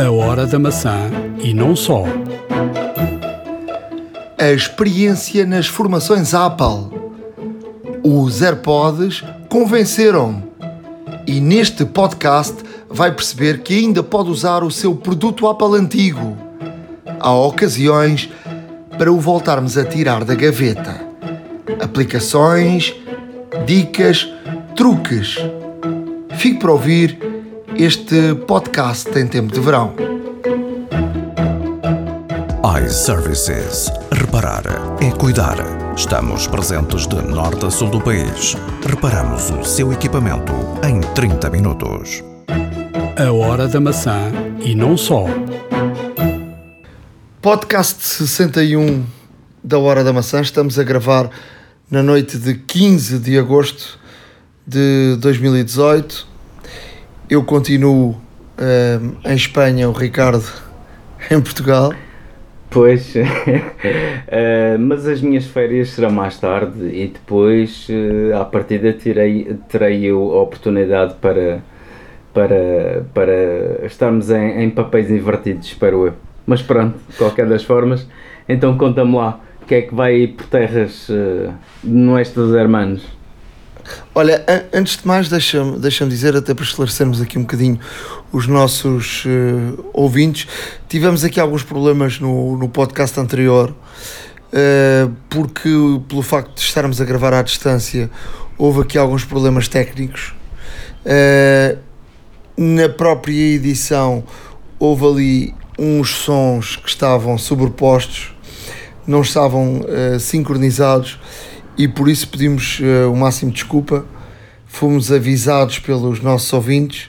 A Hora da Maçã e não só. A experiência nas formações Apple. Os AirPods convenceram-me. E neste podcast vai perceber que ainda pode usar o seu produto Apple antigo. Há ocasiões para o voltarmos a tirar da gaveta. Aplicações, dicas, truques. Fique para ouvir este podcast em tempo de verão. iServices. Reparar é cuidar. Estamos presentes de norte a sul do país. Reparamos o seu equipamento em 30 minutos. A Hora da Maçã e não só. Podcast 61 da Hora da Maçã. Estamos a gravar na noite de 15 de agosto de 2018. Eu continuo em Espanha, o Ricardo em Portugal. Pois, mas as minhas férias serão mais tarde e depois, à partida, terei a oportunidade para estarmos em papéis invertidos, espero eu. Mas pronto, de qualquer das formas, então conta-me lá, o que é que vai por terras nuestros hermanos? Olha, antes de mais, deixa-me dizer, até para esclarecermos aqui um bocadinho os nossos ouvintes, tivemos aqui alguns problemas no podcast anterior, porque pelo facto de estarmos a gravar à distância, houve aqui alguns problemas técnicos. Na própria edição, houve ali uns sons que estavam sobrepostos, não estavam sincronizados, e por isso pedimos o máximo de desculpa. Fomos avisados pelos nossos ouvintes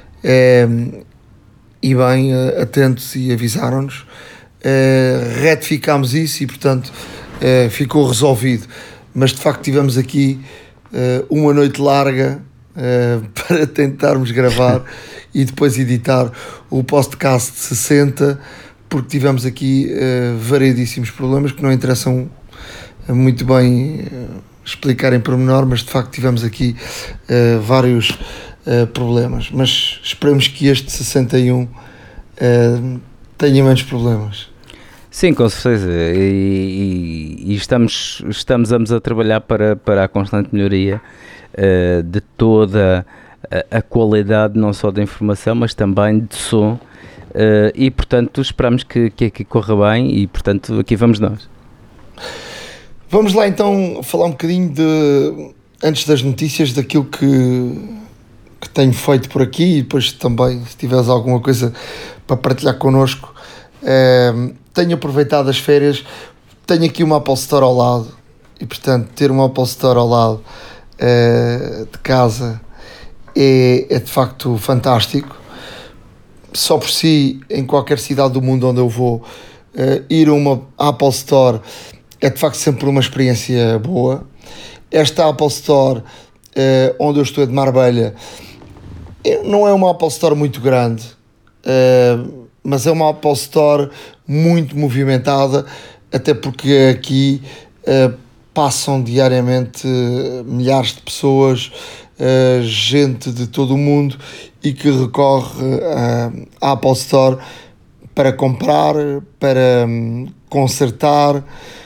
e bem atentos, e avisaram-nos, retificámos isso e portanto ficou resolvido, mas de facto tivemos aqui uma noite larga para tentarmos gravar e depois editar o podcast 60, porque tivemos aqui variedíssimos problemas que não interessam muito bem explicar em pormenor, mas de facto tivemos aqui vários problemas, mas esperemos que este 61 tenha menos problemas. Sim, com certeza, e estamos ambos a trabalhar para a constante melhoria de toda a qualidade, não só da informação, mas também de som, e portanto esperamos que aqui corra bem, e portanto aqui vamos nós. Vamos lá então falar um bocadinho antes das notícias, daquilo que tenho feito por aqui, e depois também, se tiveres alguma coisa para partilhar connosco. Tenho aproveitado as férias, tenho aqui uma Apple Store ao lado, e portanto ter uma Apple Store ao lado de casa é de facto fantástico. Só por si, em qualquer cidade do mundo onde eu vou, ir a uma Apple Store é de facto sempre uma experiência boa. Esta Apple Store onde eu estou, de Marbella, não é uma Apple Store muito grande, mas é uma Apple Store muito movimentada, até porque aqui passam diariamente milhares de pessoas, gente de todo o mundo, e que recorre à Apple Store para comprar, para consertar,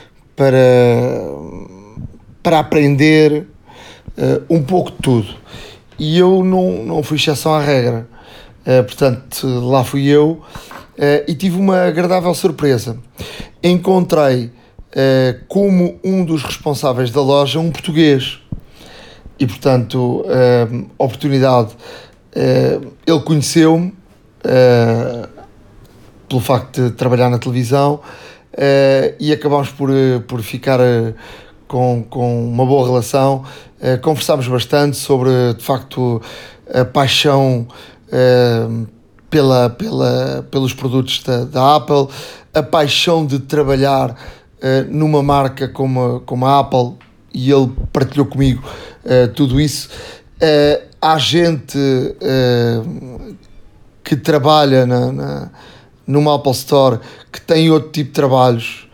para aprender, um pouco de tudo. E eu não fui exceção à regra, portanto lá fui eu, e tive uma agradável surpresa. Encontrei como um dos responsáveis da loja um português, e portanto oportunidade, ele conheceu-me pelo facto de trabalhar na televisão, e acabámos por ficar com uma boa relação. Conversámos bastante sobre, de facto, a paixão pelos produtos da Apple, a paixão de trabalhar numa marca como a Apple, e ele partilhou comigo tudo isso. Há gente que trabalha numa Apple Store que tem outro tipo de trabalhos,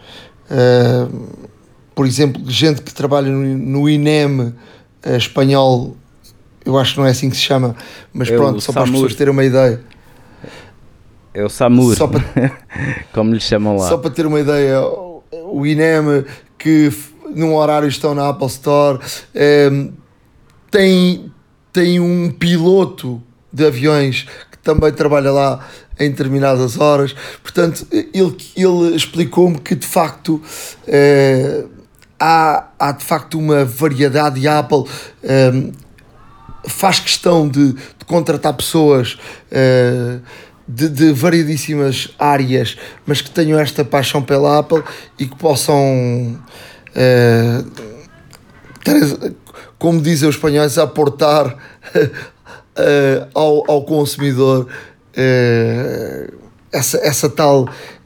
por exemplo, gente que trabalha no INEM espanhol, eu acho que não é assim que se chama, mas pronto, só para as pessoas terem uma ideia. É o SAMUR, Só para, como lhe chamam lá. só para ter uma ideia, o INEM, que num horário estão na Apple Store, tem um piloto de aviões que também trabalha lá em determinadas horas. Portanto, ele explicou-me que de facto há de facto uma variedade, e a Apple faz questão de contratar pessoas de variedíssimas áreas, mas que tenham esta paixão pela Apple e que possam como dizem os espanhóis, aportar ao consumidor essa tal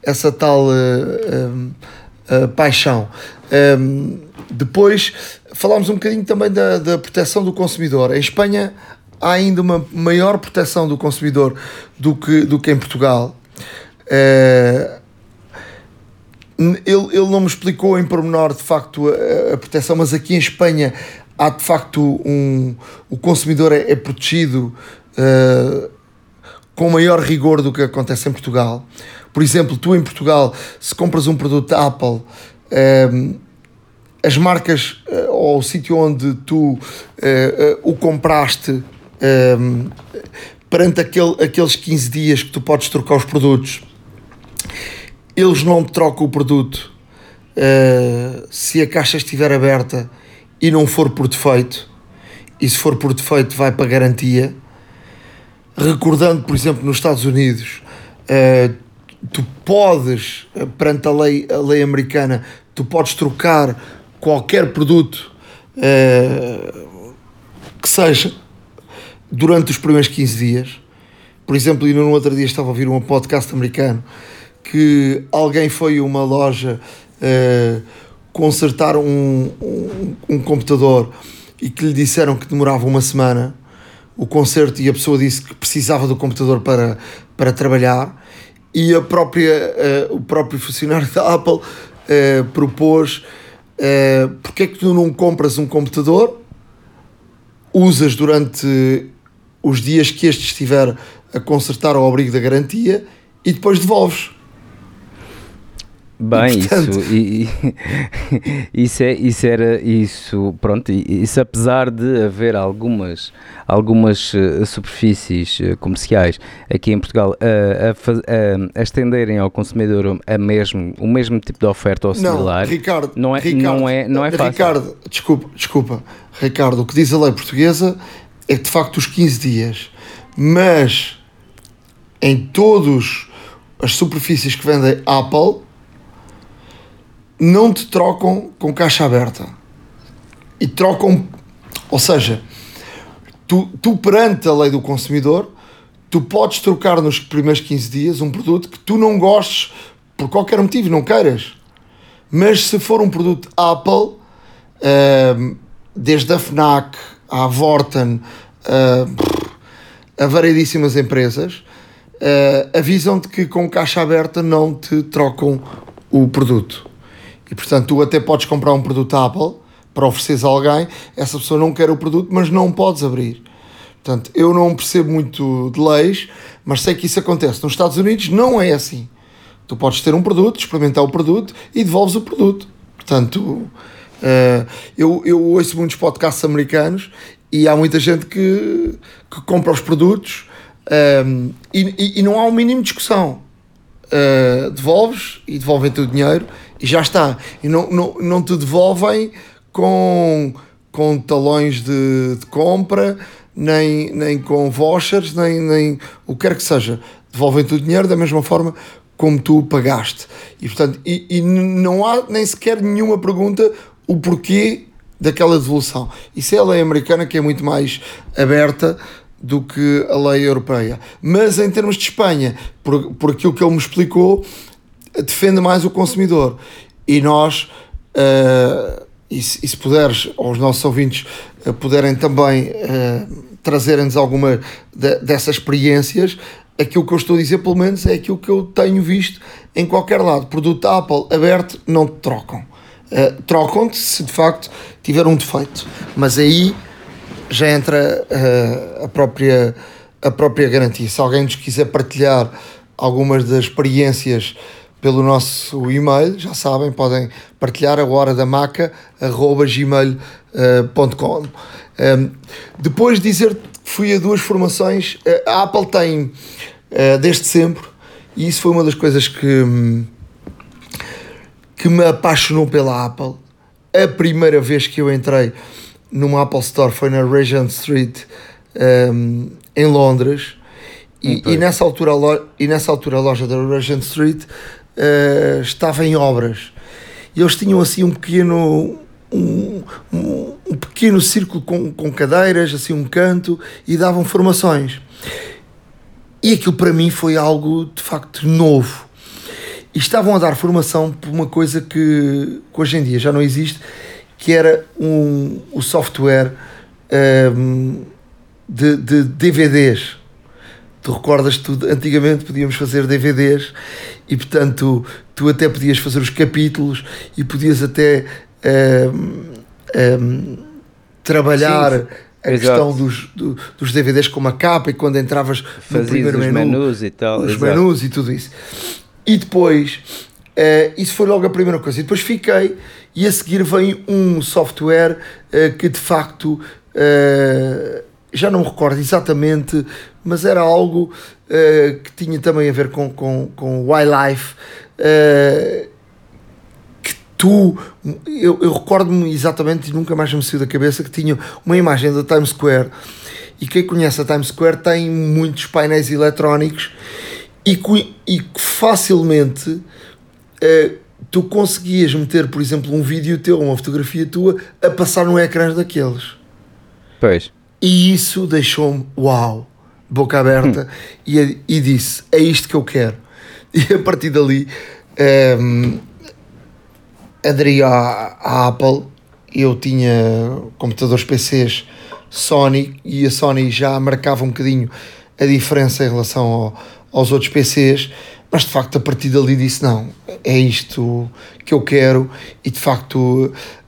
paixão. Depois falámos um bocadinho também da proteção do consumidor. Em Espanha há ainda uma maior proteção do consumidor do que em Portugal. Ele não me explicou em pormenor de facto a proteção, mas aqui em Espanha há de facto o consumidor é protegido com maior rigor do que acontece em Portugal. Por exemplo, tu em Portugal, se compras um produto da Apple, as marcas ou o sítio onde tu o compraste, perante aqueles 15 dias que tu podes trocar os produtos, eles não te trocam o produto se a caixa estiver aberta e não for por defeito, e se for por defeito vai para garantia. Recordando, por exemplo, nos Estados Unidos, tu podes, perante a lei americana, tu podes trocar qualquer produto que seja durante os primeiros 15 dias. Por exemplo, e no outro dia estava a ouvir um podcast americano que alguém foi a uma loja consertar um computador e que lhe disseram que demorava uma semana o conserto, e a pessoa disse que precisava do computador para trabalhar, e o próprio funcionário da Apple propôs: porque é que tu não compras um computador, usas durante os dias que este estiver a consertar ao abrigo da garantia e depois devolves? Bem, e, portanto, isso apesar de haver algumas superfícies comerciais aqui em Portugal a estenderem ao consumidor o mesmo tipo de oferta ou similar, não é fácil. Ricardo, desculpa, Ricardo, o que diz a lei portuguesa é que de facto os 15 dias, mas em todas as superfícies que vendem Apple não te trocam com caixa aberta, e trocam, ou seja, tu perante a lei do consumidor, tu podes trocar nos primeiros 15 dias um produto que tu não gostes por qualquer motivo, não queiras, mas se for um produto Apple, desde a FNAC à Vorten, a variedíssimas empresas, avisam-te que com caixa aberta não te trocam o produto. E portanto tu até podes comprar um produto Apple para ofereceres a alguém, essa pessoa não quer o produto, mas não podes abrir. Portanto, eu não percebo muito de leis, mas sei que isso acontece. Nos Estados Unidos não é assim. Tu podes ter um produto, experimentar o produto e devolves o produto. Portanto, eu ouço muitos podcasts americanos e há muita gente que compra os produtos e não há um mínimo de discussão. Devolves e devolvem-te o dinheiro e já está. E não te devolvem com talões de compra, nem com vouchers, nem o que quer que seja. Devolvem-te o dinheiro da mesma forma como tu pagaste. E portanto, e não há nem sequer nenhuma pergunta o porquê daquela devolução. Isso é a lei americana, que é muito mais aberta do que a lei europeia. Mas em termos de Espanha, por aquilo que ele me explicou, defende mais o consumidor. E nós, e se puderes, ou os nossos ouvintes puderem também trazerem-nos alguma dessas experiências, aquilo que eu estou a dizer, pelo menos, é aquilo que eu tenho visto em qualquer lado. Produto Apple aberto, não te trocam. Trocam-te se de facto tiver um defeito. Mas aí já entra a própria garantia. Se alguém nos quiser partilhar algumas das experiências pelo nosso e-mail, já sabem, podem partilhar a horadamaca@gmail.com. Depois de dizer que fui a 2 formações, a Apple tem desde sempre, e isso foi uma das coisas que me apaixonou pela Apple. A primeira vez que eu entrei numa Apple Store foi na Regent Street, em Londres, e nessa altura a loja da Regent Street estava em obras, e eles tinham assim um pequeno círculo com cadeiras, assim um canto, e davam formações, e aquilo para mim foi algo de facto novo, e estavam a dar formação por uma coisa que hoje em dia já não existe, que era o software de DVDs. Tu recordas, antigamente podíamos fazer DVDs, e portanto tu até podias fazer os capítulos e podias até trabalhar a questão dos DVDs com uma capa, e quando entravas no primeiro menu, menus e tal, os menus e tudo isso. E depois, isso foi logo a primeira coisa. E depois fiquei, e a seguir vem um software que de facto, já não me recordo exatamente, mas era algo que tinha também a ver com wildlife, eu recordo-me exatamente, e nunca mais me saiu da cabeça, que tinha uma imagem da Times Square, e quem conhece a Times Square tem muitos painéis eletrónicos, e que facilmente tu conseguias meter, por exemplo, um vídeo teu, uma fotografia tua, a passar no ecrã daqueles. Pois. E isso deixou-me, uau, boca aberta, e disse, é isto que eu quero. E a partir dali aderi à Apple. Eu tinha computadores PCs Sony, e a Sony já marcava um bocadinho a diferença em relação aos outros PCs, mas de facto a partir dali disse, não, é isto que eu quero, e de facto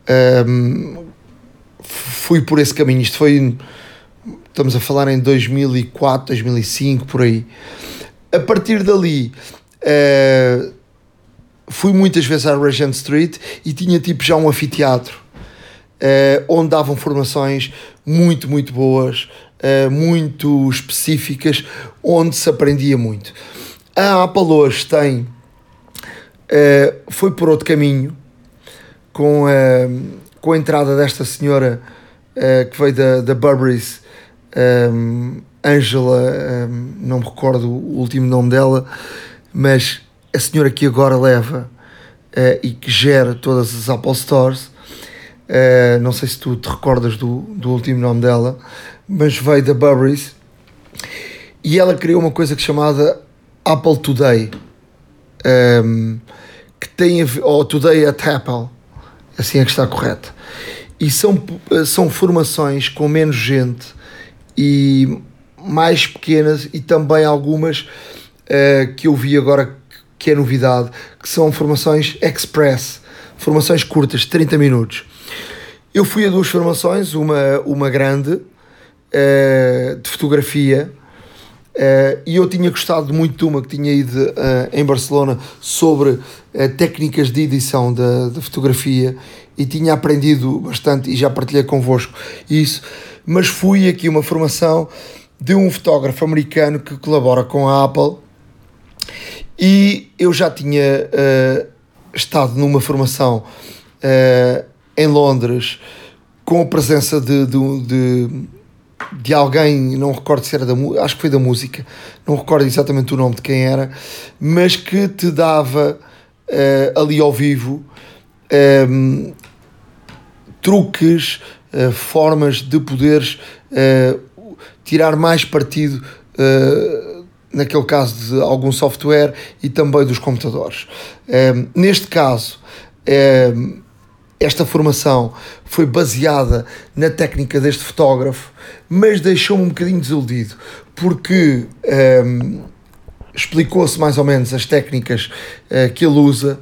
fui por esse caminho. Isto foi, estamos a falar em 2004, 2005, por aí. A partir dali fui muitas vezes à Regent Street, e tinha tipo já um anfiteatro onde davam formações muito, muito boas, muito específicas, onde se aprendia muito. A Apple hoje foi por outro caminho, com a entrada desta senhora que veio da Burberry's, Angela, não me recordo o último nome dela, mas a senhora que agora leva e que gera todas as Apple Stores, não sei se tu te recordas do último nome dela, mas veio da Burberry's, e ela criou uma coisa chamada Apple Today, que tem a ver, ou Today at Apple, assim é que está correto, e são formações com menos gente e mais pequenas, e também algumas que eu vi agora, que é novidade, que são formações express, formações curtas, 30 minutos. Eu fui a 2 formações, uma grande de fotografia, e eu tinha gostado muito de uma que tinha ido em Barcelona sobre técnicas de edição da fotografia, e tinha aprendido bastante, e já partilhei convosco isso. Mas fui aqui uma formação de um fotógrafo americano que colabora com a Apple, e eu já tinha estado numa formação em Londres, com a presença de alguém, não recordo se era acho que foi da música, não recordo exatamente o nome de quem era, mas que te dava ali ao vivo truques, formas de poderes tirar mais partido, naquele caso, de algum software e também dos computadores. Neste caso, esta formação foi baseada na técnica deste fotógrafo, mas deixou-me um bocadinho desiludido, porque explicou-se mais ou menos as técnicas que ele usa,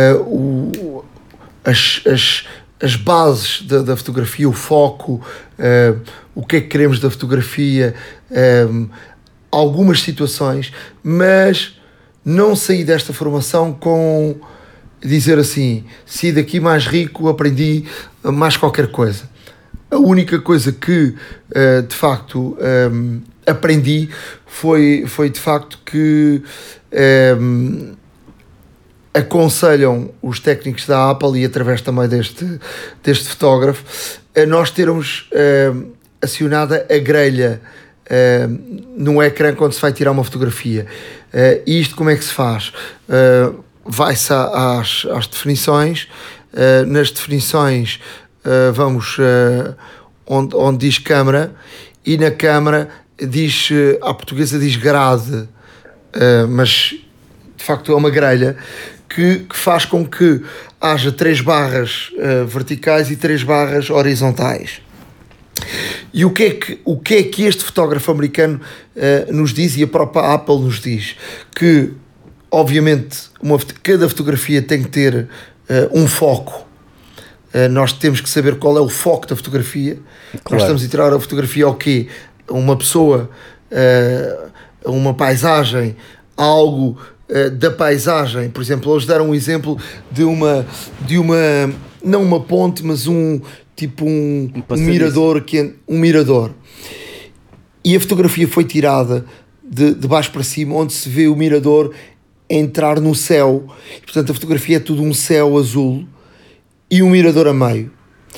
as bases da fotografia, o foco, o que é que queremos da fotografia, algumas situações, mas não saí desta formação com dizer assim, saí daqui mais rico, aprendi mais qualquer coisa. A única coisa que de facto aprendi foi de facto que aconselham os técnicos da Apple, e através também deste fotógrafo, a nós termos acionada a grelha no ecrã quando se vai tirar uma fotografia. Isto como é que se faz? Vai-se às definições. Nas definições vamos onde diz câmara, e na câmara diz, à portuguesa diz grade, mas de facto é uma grelha que faz com que haja 3 barras verticais e 3 barras horizontais. E o que é que este fotógrafo americano nos diz, e a própria Apple nos diz? Que obviamente cada fotografia tem que ter um foco. Nós temos que saber qual é o foco da fotografia. Claro. Nós estamos a tirar a fotografia ao quê? Uma pessoa, uma paisagem, algo da paisagem. Por exemplo, eles deram um exemplo de uma não uma ponte, mas um mirador, um mirador. E a fotografia foi tirada de baixo para cima, onde se vê o mirador entrar no céu. E, portanto, a fotografia é tudo um céu azul e um mirador a meio.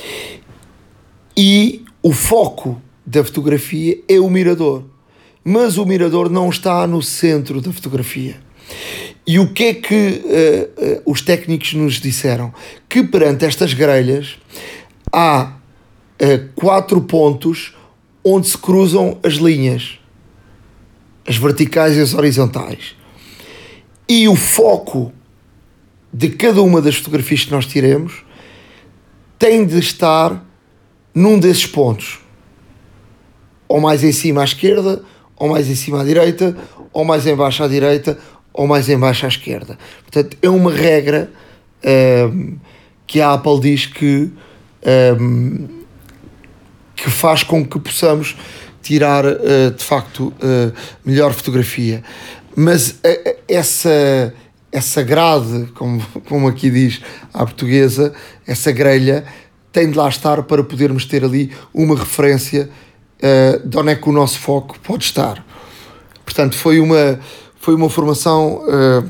E o foco da fotografia é o mirador, mas o mirador não está no centro da fotografia. E o que é que os técnicos nos disseram? Que perante estas grelhas há 4 pontos onde se cruzam as linhas, as verticais e as horizontais. E o foco de cada uma das fotografias que nós tiremos tem de estar num desses pontos. Ou mais em cima à esquerda, ou mais em cima à direita, ou mais em baixo à direita, ou mais em baixo à esquerda. Portanto, é uma regra que a Apple diz que faz com que possamos tirar de facto melhor fotografia. Mas essa grade, como aqui diz à portuguesa, essa grelha tem de lá estar para podermos ter ali uma referência de onde é que o nosso foco pode estar. Portanto, foi uma formação.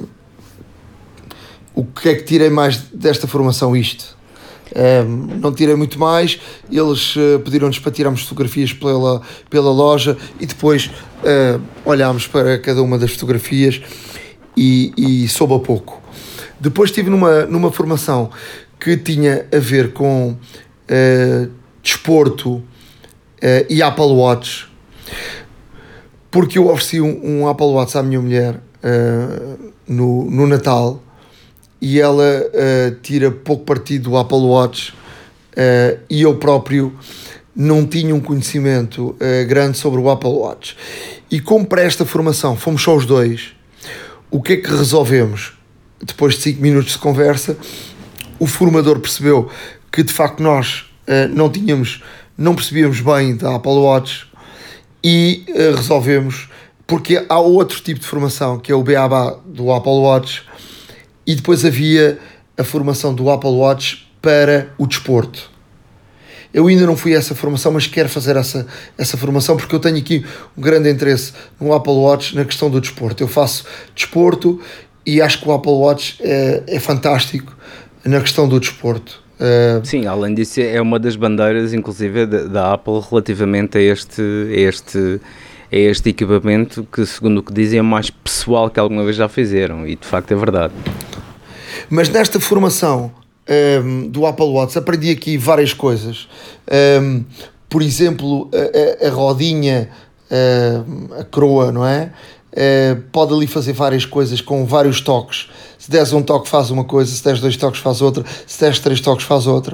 O que é que tirei mais desta formação? Isto. Não tirei muito mais. Eles pediram-nos para tirarmos fotografias pela loja, e depois olhámos para cada uma das fotografias e soube a pouco. Depois estive numa formação que tinha a ver com desporto e Apple Watch, porque eu ofereci um Apple Watch à minha mulher no Natal, e ela tira pouco partido do Apple Watch, e eu próprio não tinha um conhecimento grande sobre o Apple Watch. E como para esta formação fomos só os dois, o que é que resolvemos? Depois de 5 minutos de conversa, o formador percebeu que de facto nós não percebíamos bem da Apple Watch, e resolvemos, porque há outro tipo de formação que é o BABA do Apple Watch, e depois havia a formação do Apple Watch para o desporto. Eu ainda não fui a essa formação, mas quero fazer essa formação, porque eu tenho aqui um grande interesse no Apple Watch na questão do desporto. Eu faço desporto e acho que o Apple Watch é fantástico na questão do desporto. Sim, além disso é uma das bandeiras, inclusive, da Apple relativamente a este equipamento, que, segundo o que dizem, é mais pessoal que alguma vez já fizeram, e de facto é verdade. Mas nesta formação do Apple Watch aprendi aqui várias coisas. Por exemplo, a rodinha, a coroa, não é? Pode ali fazer várias coisas com vários toques. Se deres um toque faz uma coisa, se deres 2 toques faz outra, se deres 3 toques faz outra.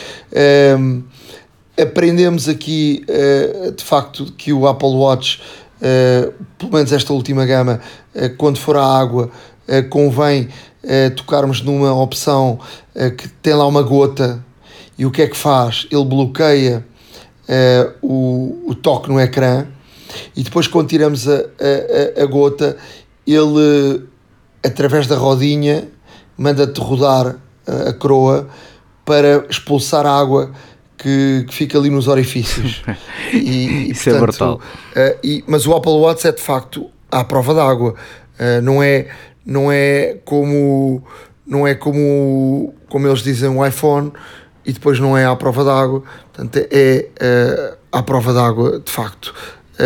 Aprendemos aqui de facto que o Apple Watch, pelo menos esta última gama, quando for à água, convém tocarmos numa opção que tem lá uma gota, e o que é que faz? Ele bloqueia o toque no ecrã, e depois quando tiramos a gota, ele através da rodinha, manda-te rodar a coroa para expulsar a água que fica ali nos orifícios. Isso portanto, é brutal. Mas o Apple Watch é de facto à prova d'água. Não é como eles dizem o iPhone e depois não é à prova d'água. Portanto, é à prova d'água de facto.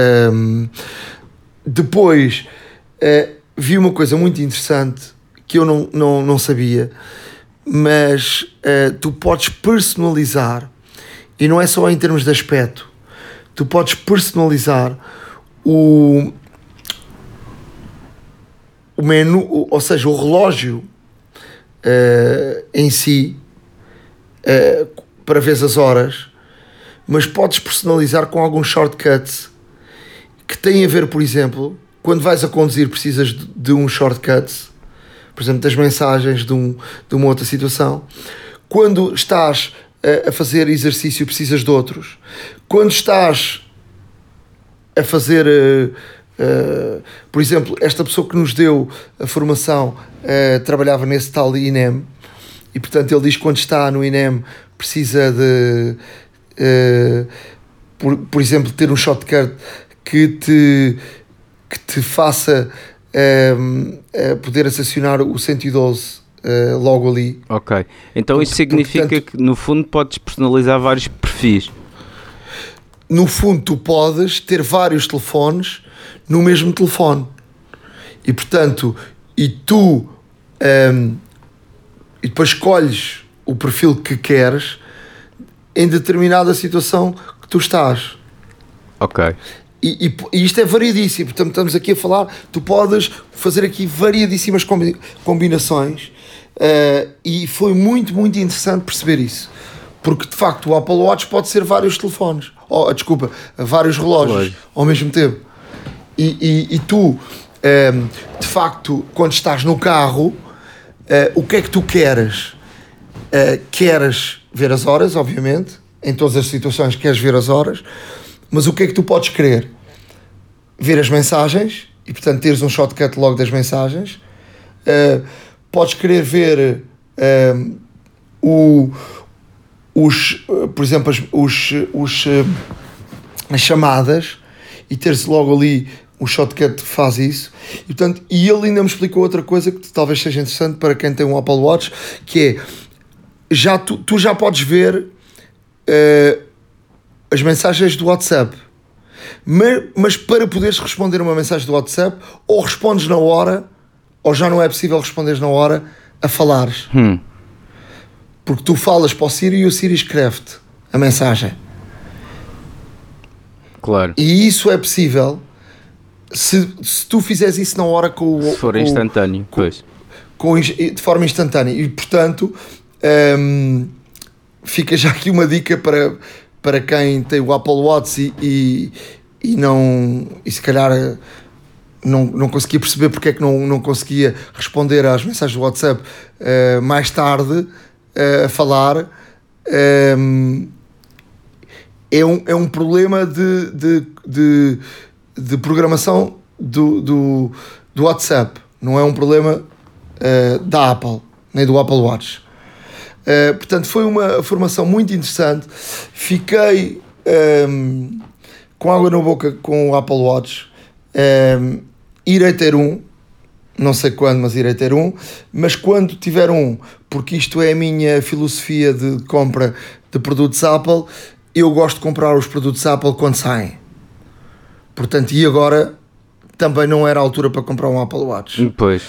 Depois vi uma coisa muito interessante que eu não sabia, mas tu podes personalizar, e não é só em termos de aspecto, tu podes personalizar o menu, ou seja, o relógio em si, para ver as horas, mas podes personalizar com alguns shortcuts que têm a ver, por exemplo, quando vais a conduzir precisas de um shortcut, por exemplo, das mensagens de uma outra situação. Quando estás a fazer exercício precisas de outros. Quando estás a fazer, por exemplo, esta pessoa que nos deu a formação trabalhava nesse tal INEM, e portanto ele diz que quando está no INEM precisa de, por exemplo, ter um shortcut que te faça poder acionar o 112 logo ali. Ok, então isso significa portanto, que no fundo podes personalizar vários perfis. No fundo tu podes ter vários telefones no mesmo telefone, e portanto e depois escolhes o perfil que queres em determinada situação que tu estás. Ok. E isto é variadíssimo, portanto estamos aqui a falar, tu podes fazer aqui variadíssimas combinações, e foi muito, muito interessante perceber isso, porque de facto o Apple Watch pode ser vários telefones, vários relógios ao mesmo tempo, e tu, de facto, quando estás no carro, o que é que tu queres? Queres ver as horas, obviamente, em todas as situações queres ver as horas, mas o que é que tu podes querer? Ver as mensagens, e portanto teres um shortcut logo das mensagens. Podes querer ver por exemplo, as chamadas, e teres logo ali o shortcut que faz isso. E ele ainda me explicou outra coisa que talvez seja interessante para quem tem um Apple Watch, que é, tu já podes ver as mensagens do WhatsApp, mas para poderes responder uma mensagem do WhatsApp, ou respondes na hora, ou já não é possível responderes na hora a falares. Porque tu falas para o Siri e o Siri escreve-te a mensagem. Claro. E isso é possível se tu fizeres isso na hora se for instantâneo, pois. De forma instantânea. E portanto, fica já aqui uma dica para quem tem o Apple Watch e se calhar não conseguia perceber porque é que não conseguia responder às mensagens do WhatsApp mais tarde a falar. É um problema de programação do WhatsApp, não é um problema da Apple, nem do Apple Watch. Portanto, foi uma formação muito interessante. Fiquei com água na boca com o Apple Watch. Irei ter um, não sei quando, mas irei ter um. Mas quando tiver um, porque isto é a minha filosofia de compra de produtos Apple, eu gosto de comprar os produtos Apple quando saem. Portanto, e agora também não era a altura para comprar um Apple Watch. Pois.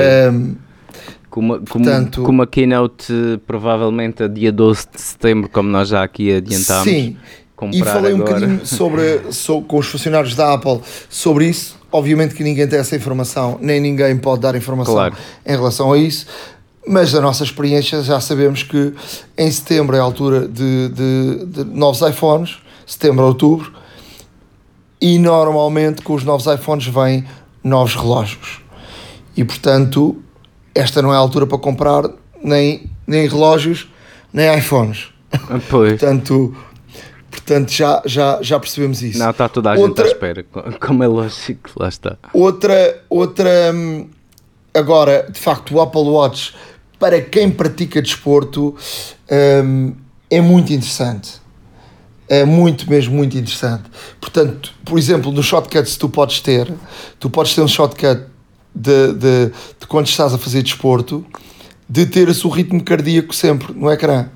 Com uma keynote provavelmente a dia 12 de setembro, como nós já aqui adiantámos. Sim, e falei agora um bocadinho com os funcionários da Apple sobre isso. Obviamente que ninguém tem essa informação, nem ninguém pode dar informação, claro, em relação a isso, mas da nossa experiência já sabemos que em setembro é a altura de novos iPhones, setembro a outubro, e normalmente com os novos iPhones vêm novos relógios. E portanto, esta não é a altura para comprar nem relógios, nem iPhones. Pois. Portanto já percebemos isso. Não, está toda a gente à espera, como é lógico, lá está. Outra agora, de facto, o Apple Watch, para quem pratica desporto, é muito interessante. É muito interessante. Portanto, por exemplo, no shortcuts tu podes ter um shortcut de quando estás a fazer desporto, de ter o ritmo cardíaco sempre no ecrã.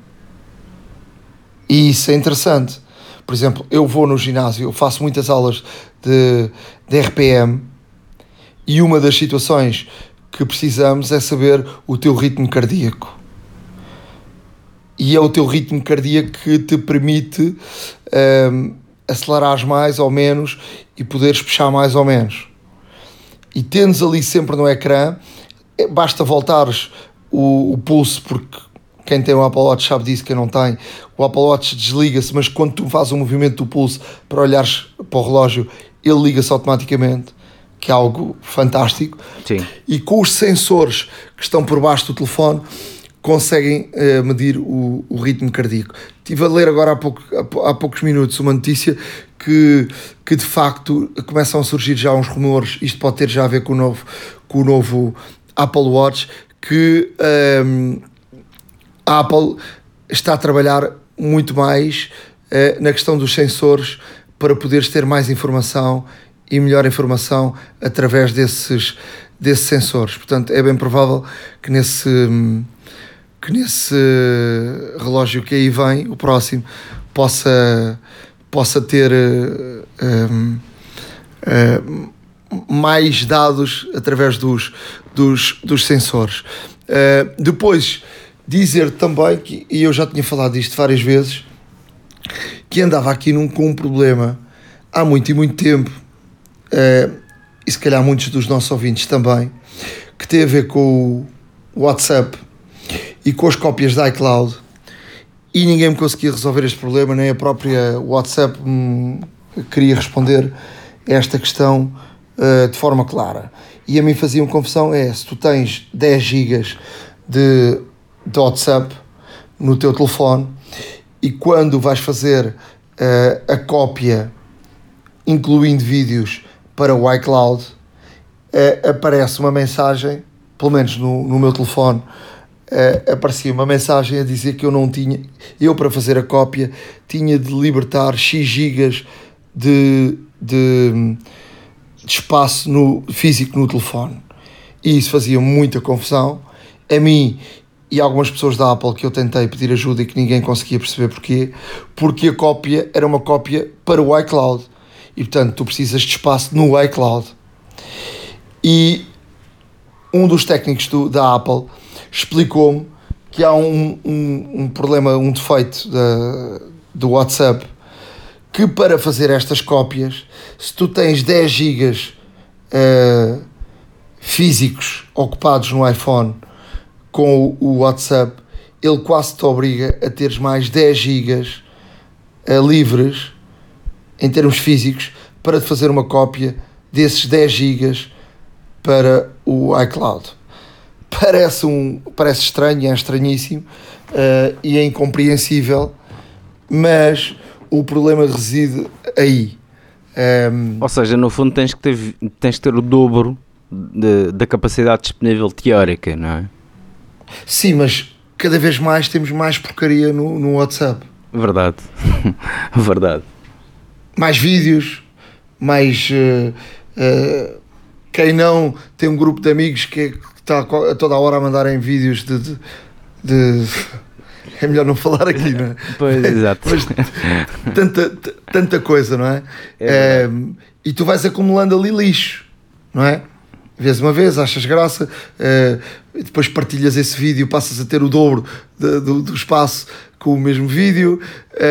E isso é interessante. Por exemplo, eu vou no ginásio, eu faço muitas aulas de RPM, e uma das situações que precisamos é saber o teu ritmo cardíaco. E é o teu ritmo cardíaco que te permite acelerares mais ou menos e poderes puxar mais ou menos. E tens ali sempre no ecrã, basta voltares o pulso, porque quem tem o Apple Watch sabe disso, quem não tem, o Apple Watch desliga-se, mas quando tu fazes o movimento do pulso para olhares para o relógio, ele liga-se automaticamente, que é algo fantástico. Sim. E com os sensores que estão por baixo do telefone, conseguem medir o ritmo cardíaco. Estive a ler agora há poucos minutos uma notícia que de facto começam a surgir já uns rumores, isto pode ter já a ver com o novo Apple Watch, que a Apple está a trabalhar muito mais na questão dos sensores para poderes ter mais informação e melhor informação através desses sensores. Portanto, é bem provável que nesse relógio que aí vem, o próximo, possa ter mais dados através dos sensores. Depois, dizer também, e eu já tinha falado disto várias vezes, que andava aqui com um problema há muito tempo, e se calhar muitos dos nossos ouvintes também, que tem a ver com o WhatsApp e com as cópias da iCloud, e ninguém me conseguia resolver este problema, nem a própria WhatsApp queria responder a esta questão de forma clara. E a mim fazia uma confusão, se tu tens 10 GB de WhatsApp no teu telefone, e quando vais fazer a cópia, incluindo vídeos, para o iCloud, aparece uma mensagem, pelo menos no meu telefone, aparecia uma mensagem a dizer que eu para fazer a cópia tinha de libertar X gigas de espaço físico no telefone, e isso fazia muita confusão a mim e algumas pessoas da Apple, que eu tentei pedir ajuda e que ninguém conseguia perceber porquê, porque a cópia era uma cópia para o iCloud, e portanto tu precisas de espaço no iCloud. E um dos técnicos da Apple explicou-me que há um problema, um defeito do WhatsApp, que para fazer estas cópias, se tu tens 10 gigas físicos ocupados no iPhone com o WhatsApp, ele quase te obriga a teres mais 10 gigas livres em termos físicos para fazer uma cópia desses 10 gigas para o iCloud. Parece estranho, é estranhíssimo e é incompreensível, mas o problema reside aí. Ou seja, no fundo tens que ter o dobro da capacidade disponível teórica, não é? Sim, mas cada vez mais temos mais porcaria no WhatsApp. Verdade. Verdade. Mais vídeos, mais... quem não tem um grupo de amigos que está a toda a hora a mandarem vídeos de é melhor não falar aqui, não é? Pois, exato. Mas tanta coisa, não é? E tu vais acumulando ali lixo, não é? Vês uma vez, achas graça, e depois partilhas esse vídeo, passas a ter o dobro do espaço com o mesmo vídeo,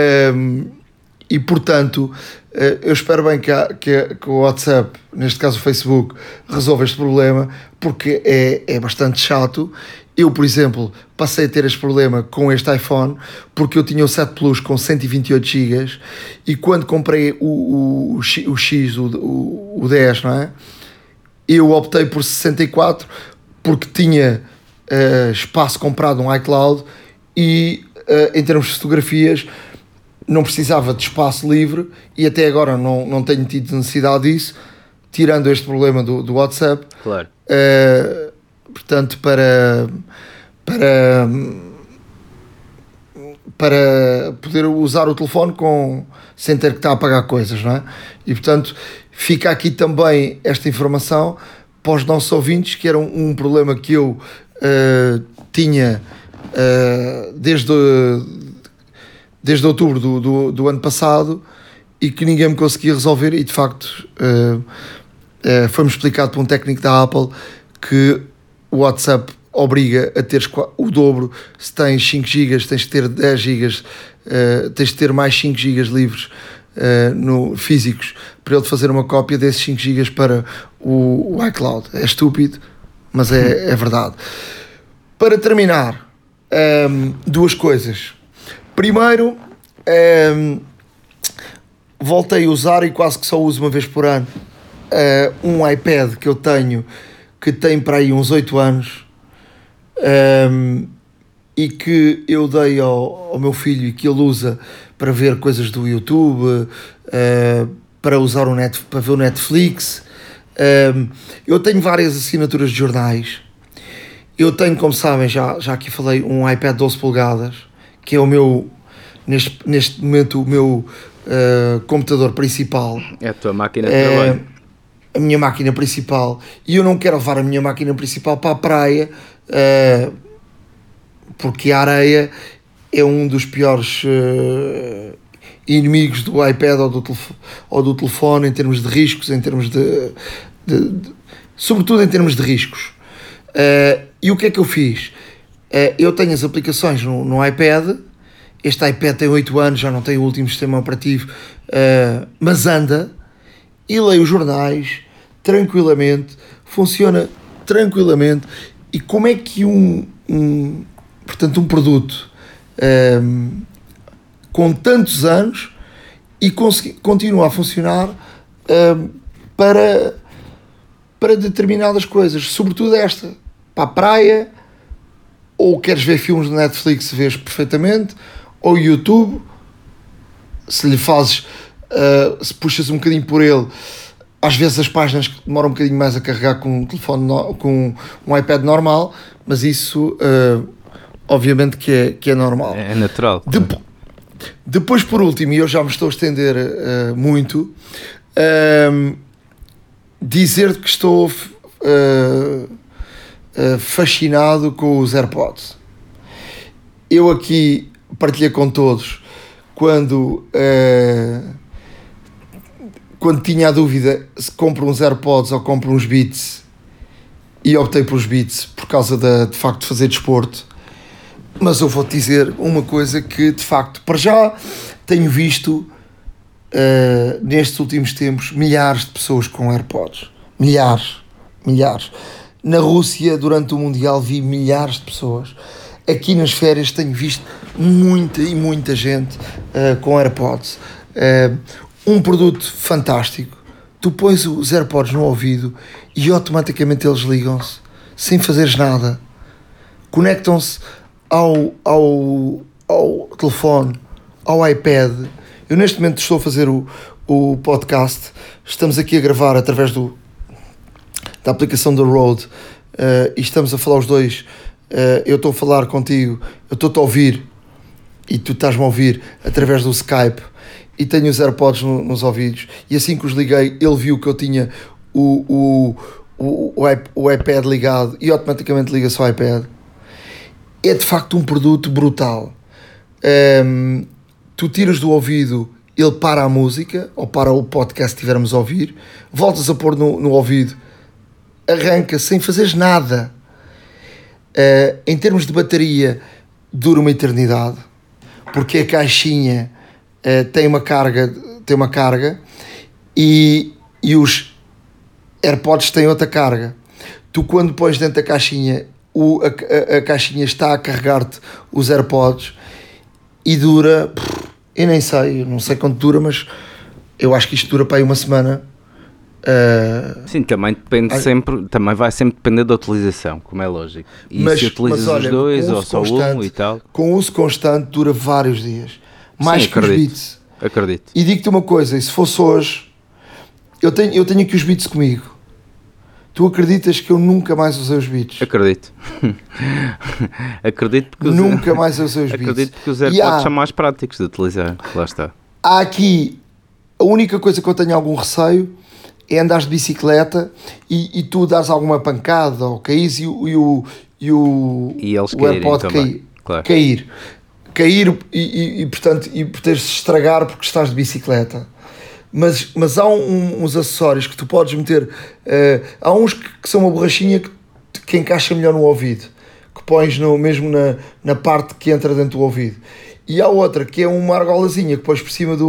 e portanto eu espero bem que o WhatsApp, neste caso o Facebook, resolva este problema, porque é bastante chato. Eu, por exemplo, passei a ter este problema com este iPhone, porque eu tinha o 7 Plus com 128 GB, e quando comprei o X, o 10, não é? Eu optei por 64, porque tinha espaço comprado no iCloud, e em termos de fotografias não precisava de espaço livre, e até agora não tenho tido necessidade disso, tirando este problema do WhatsApp. Claro. portanto, para poder usar o telefone sem ter que estar a pagar coisas, não é? E portanto fica aqui também esta informação para os nossos ouvintes, que era um problema que eu tinha desde outubro do ano passado e que ninguém me conseguia resolver, e de facto foi-me explicado por um técnico da Apple que o WhatsApp obriga a teres o dobro. Se tens 5 GB, tens de ter 10 GB, tens de ter mais 5 GB livres físicos para ele fazer uma cópia desses 5 GB para o iCloud. É estúpido, mas é verdade. Para terminar, duas coisas. Primeiro, voltei a usar, e quase que só uso uma vez por ano, um iPad que eu tenho, que tem para aí uns 8 anos, e que eu dei ao meu filho e que ele usa para ver coisas do YouTube, para usar para ver o Netflix. Eu tenho várias assinaturas de jornais. Eu tenho, como sabem, já aqui falei, um iPad 12 polegadas, que é o meu, neste momento, o meu computador principal. É a tua máquina de trabalho. A minha máquina principal. E eu não quero levar a minha máquina principal para a praia, porque a areia é um dos piores inimigos do iPad ou do telefone, em termos de riscos, em termos sobretudo em termos de riscos. E o que é que eu fiz? Eu tenho as aplicações no iPad. Este iPad tem 8 anos, já não tem o último sistema operativo, mas anda, e leio os jornais tranquilamente, funciona tranquilamente. E como é que portanto, um produto com tantos anos e continua a funcionar para determinadas coisas, sobretudo esta, para a praia, ou queres ver filmes no Netflix, vês perfeitamente, ou YouTube, se lhe fazes, se puxas um bocadinho por ele, às vezes as páginas demoram um bocadinho mais a carregar com um telefone, com um iPad normal, mas isso obviamente que é normal. É natural. Depois, por último, e eu já me estou a estender muito, dizer que estou fascinado com os AirPods. Eu aqui partilhei com todos quando tinha a dúvida se compro uns AirPods ou compro uns Beats, e optei por os Beats por causa de facto de fazer desporto. Mas eu vou-te dizer uma coisa que de facto, para já, tenho visto nestes últimos tempos milhares de pessoas com AirPods. Milhares. Na Rússia, durante o Mundial, vi milhares de pessoas. Aqui nas férias tenho visto muita gente com AirPods. Um produto fantástico. Tu pões os AirPods no ouvido e automaticamente eles ligam-se, sem fazeres nada. Conectam-se ao telefone, ao iPad. Eu neste momento estou a fazer o podcast. Estamos aqui a gravar através da aplicação da Rode, e estamos a falar os dois. Eu estou a falar contigo, eu estou-te a ouvir e tu estás-me a ouvir através do Skype, e tenho os AirPods nos ouvidos, e assim que os liguei ele viu que eu tinha o iPad ligado e automaticamente liga-se ao iPad. É de facto um produto brutal. Tu tiras do ouvido, ele para a música ou para o podcast que estivermos a ouvir, voltas a pôr no ouvido, arranca sem fazeres nada. Em termos de bateria, dura uma eternidade, porque a caixinha tem uma carga e os AirPods têm outra carga. Tu, quando pões dentro da caixinha, a caixinha está a carregar-te os AirPods e dura, eu não sei quanto dura, mas eu acho que isto dura para aí uma semana. Sim, também depende também vai sempre depender da utilização, como é lógico. E se utilizas os dois ou só um e tal, com uso constante dura vários dias, mais que os Beats. Acredito. E digo-te uma coisa, e se fosse hoje, eu tenho aqui os Beats comigo. Tu acreditas que eu nunca mais usei os beats? Acredito. Acredito porque nunca mais usei os beats. Acredito que os AirPods são mais práticos de utilizar. Lá está. Há aqui, a única coisa que eu tenho algum receio é andares de bicicleta e tu dares alguma pancada ou caís e o AirPod cair e portanto e poderes estragar porque estás de bicicleta. Mas há uns acessórios que tu podes meter, há uns que são uma borrachinha que encaixa melhor no ouvido, que pões mesmo na parte que entra dentro do ouvido, e há outra que é uma argolazinha que pões por cima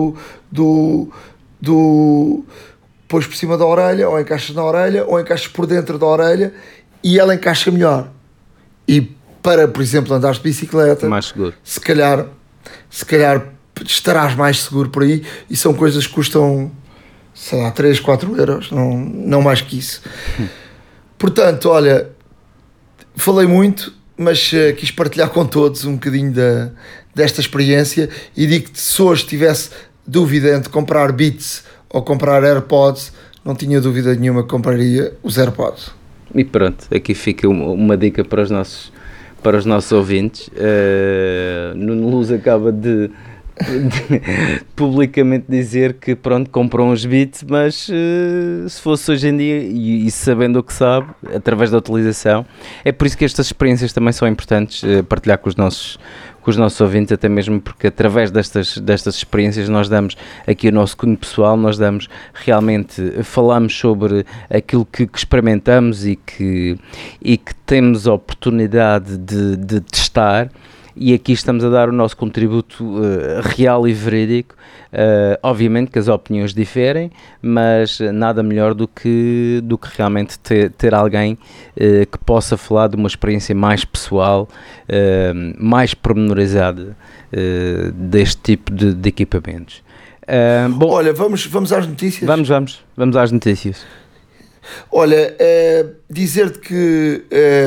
pões por cima da orelha, ou encaixas na orelha, ou encaixas por dentro da orelha, e ela encaixa melhor. E para, por exemplo, andares de bicicleta, mais seguro. Se calhar estarás mais seguro por aí, e são coisas que custam, sei lá, 3, 4 euros, não mais que isso. Portanto, olha, falei muito, mas quis partilhar com todos um bocadinho desta experiência, e digo que se hoje tivesse dúvida entre comprar Beats ou comprar AirPods, não tinha dúvida nenhuma que compraria os AirPods. E pronto, aqui fica uma dica para os nossos ouvintes. Nuno Luz acaba de publicamente dizer que pronto, comprou uns Beats, mas se fosse hoje em dia e sabendo o que sabe, através da utilização, é por isso que estas experiências também são importantes partilhar com os nossos ouvintes, até mesmo porque através destas experiências nós damos aqui o nosso cunho pessoal, nós damos realmente, falamos sobre aquilo que experimentamos e que temos a oportunidade de testar. E aqui estamos a dar o nosso contributo real e verídico. Obviamente que as opiniões diferem, mas nada melhor do que realmente ter alguém que possa falar de uma experiência mais pessoal, mais pormenorizada deste tipo de equipamentos. Bom, olha, vamos às notícias? Vamos às notícias. Olha, dizer-te que...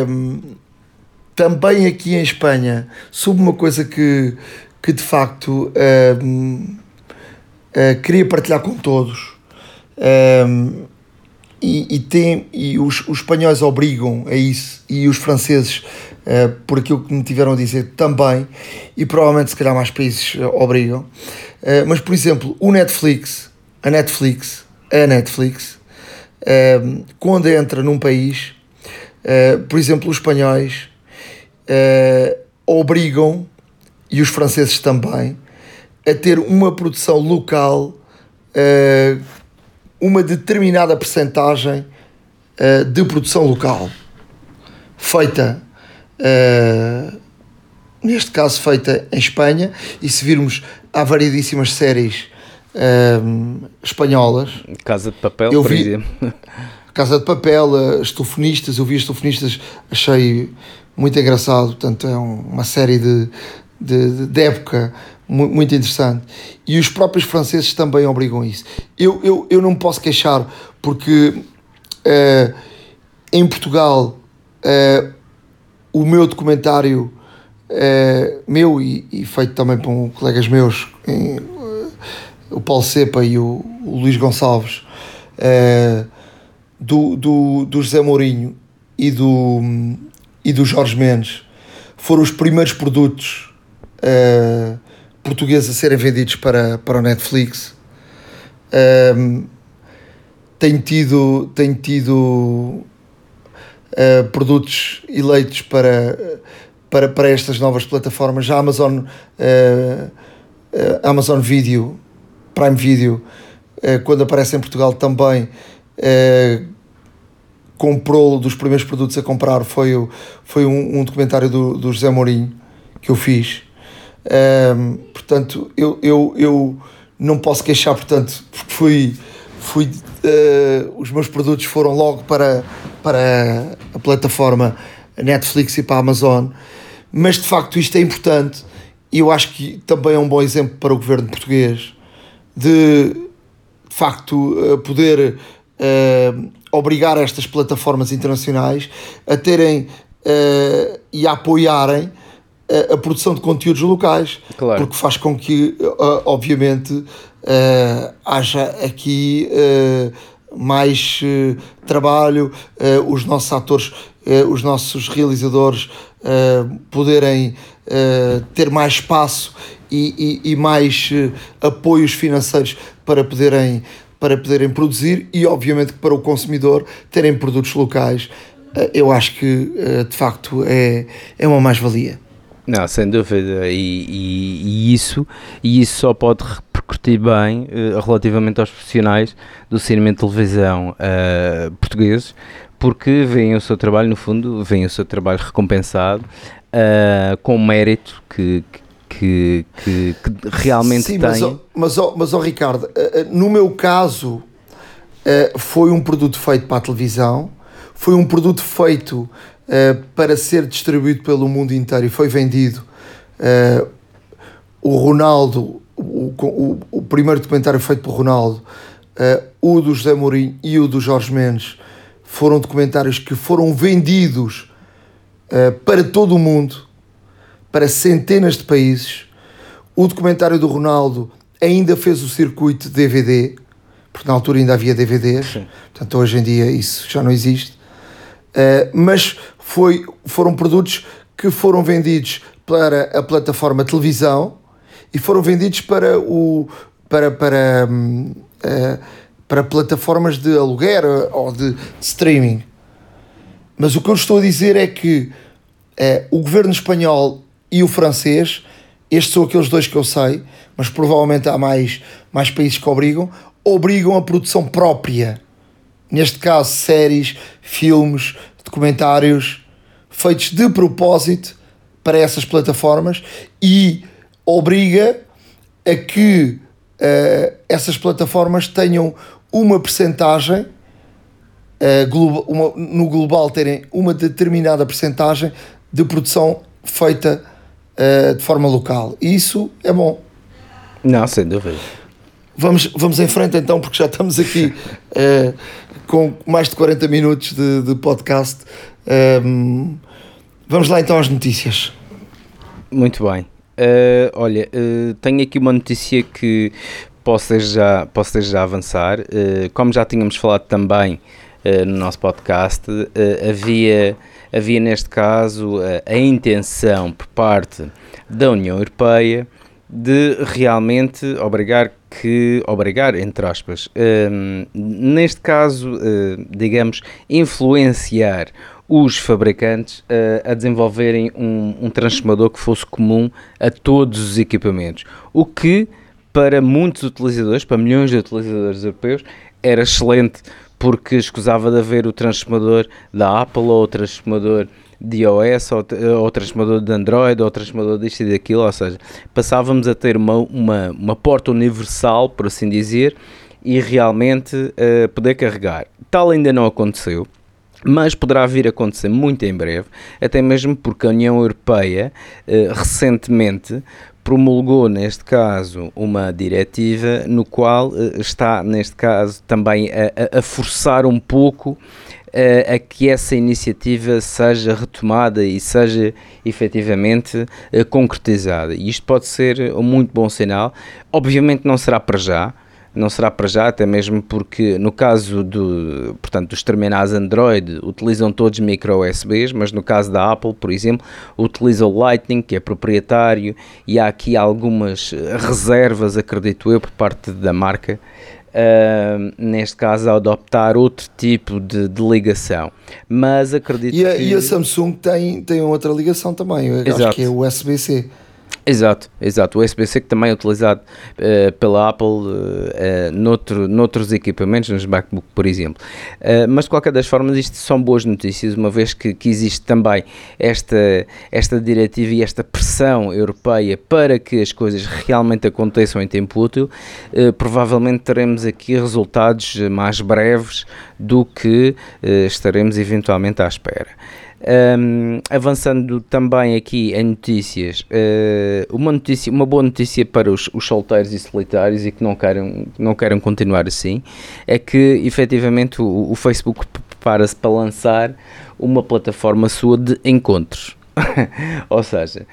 também aqui em Espanha, sobre uma coisa que de facto queria partilhar com todos, e os espanhóis obrigam a isso, e os franceses, por aquilo que me tiveram a dizer também, e provavelmente se calhar mais países obrigam, mas por exemplo, a Netflix, quando entra num país, por exemplo, os espanhóis obrigam, e os franceses também, a ter uma produção local, uma determinada percentagem de produção local, feita, neste caso feita em Espanha, e se virmos, há variedíssimas séries espanholas. Casa de Papel, por exemplo. Casa de Papel, As Telefonistas, eu vi As Telefonistas, achei muito engraçado, portanto é uma série de época muito interessante, e os próprios franceses também obrigam isso. Eu não me posso queixar, porque em Portugal o meu documentário, meu e feito também por colegas meus, o Paulo Cepa e o Luís Gonçalves, do José Mourinho e do Jorge Mendes, foram os primeiros produtos portugueses a serem vendidos para o Netflix. Tem tido produtos eleitos para estas novas plataformas. Já a Amazon Video, Prime Video, quando aparece em Portugal também, comprou, dos primeiros produtos a comprar foi um documentário do José Mourinho que eu fiz. Portanto, eu não posso queixar, portanto, porque os meus produtos foram logo para a plataforma Netflix e para a Amazon, mas de facto isto é importante, e eu acho que também é um bom exemplo para o governo português de facto poder obrigar estas plataformas internacionais a terem e a apoiarem a produção de conteúdos locais, claro. Porque faz com que obviamente haja aqui mais trabalho, os nossos atores, os nossos realizadores poderem ter mais espaço e mais apoios financeiros para poderem produzir, e obviamente que para o consumidor terem produtos locais. Eu acho que de facto é uma mais-valia. Não, sem dúvida, e isso só pode repercutir bem relativamente aos profissionais do cinema e televisão portugueses, porque veem o seu trabalho, no fundo, veem o seu trabalho recompensado com mérito que realmente sim, tem. Mas Ricardo, no meu caso, foi um produto feito para a televisão, foi um produto feito para ser distribuído pelo mundo inteiro e foi vendido. O Ronaldo, o primeiro documentário feito por Ronaldo, o do José Mourinho e o do Jorge Mendes, foram documentários que foram vendidos para todo o mundo, para centenas de países. O documentário do Ronaldo ainda fez o circuito de DVD, porque na altura ainda havia DVDs. Sim. Portanto hoje em dia isso já não existe. Mas foram produtos que foram vendidos para a plataforma televisão e foram vendidos para plataformas de aluguer ou de streaming. Mas o que eu estou a dizer é que o governo espanhol e o francês, estes são aqueles dois que eu sei, mas provavelmente há mais países que obrigam a produção própria. Neste caso, séries, filmes, documentários, feitos de propósito para essas plataformas, e obriga a que essas plataformas tenham uma percentagem, no global terem uma determinada percentagem de produção feita de forma local. E isso é bom. Não, sem dúvida. Vamos em frente então, porque já estamos aqui com mais de 40 minutos de podcast. Vamos lá então às notícias. Muito bem. Olha, tenho aqui uma notícia que posso desde já avançar. Como já tínhamos falado também no nosso podcast, havia neste caso a intenção por parte da União Europeia de realmente obrigar, entre aspas, neste caso, digamos, influenciar os fabricantes a desenvolverem um transformador que fosse comum a todos os equipamentos, o que para muitos utilizadores, para milhões de utilizadores europeus, era excelente, porque escusava de haver o transformador da Apple ou o transformador de iOS ou o transformador de Android ou o transformador disto e daquilo, ou seja, passávamos a ter uma porta universal, por assim dizer, e realmente poder carregar. Tal ainda não aconteceu, mas poderá vir a acontecer muito em breve, até mesmo porque a União Europeia recentemente promulgou, neste caso, uma diretiva no qual está, neste caso, também a forçar um pouco a que essa iniciativa seja retomada e seja efetivamente concretizada. E isto pode ser um muito bom sinal. Obviamente não será para já, até mesmo porque no caso dos terminais Android utilizam todos micro USBs, mas no caso da Apple, por exemplo, utiliza o Lightning, que é proprietário, e há aqui algumas reservas, acredito eu, por parte da marca, neste caso a adoptar outro tipo de ligação. Mas acredito e a Samsung tem outra ligação também, eu acho que é o USB-C. Exato, o USB-C que também é utilizado pela Apple noutros equipamentos, nos MacBook, por exemplo. Mas de qualquer das formas, isto são boas notícias, uma vez que existe também esta diretiva e esta pressão europeia para que as coisas realmente aconteçam em tempo útil. Provavelmente teremos aqui resultados mais breves do que estaremos eventualmente à espera. Avançando também aqui em notícias, uma boa notícia para os solteiros e solitários e que não queiram continuar assim, é que efetivamente o Facebook prepara-se para lançar uma plataforma sua de encontros. Ou seja,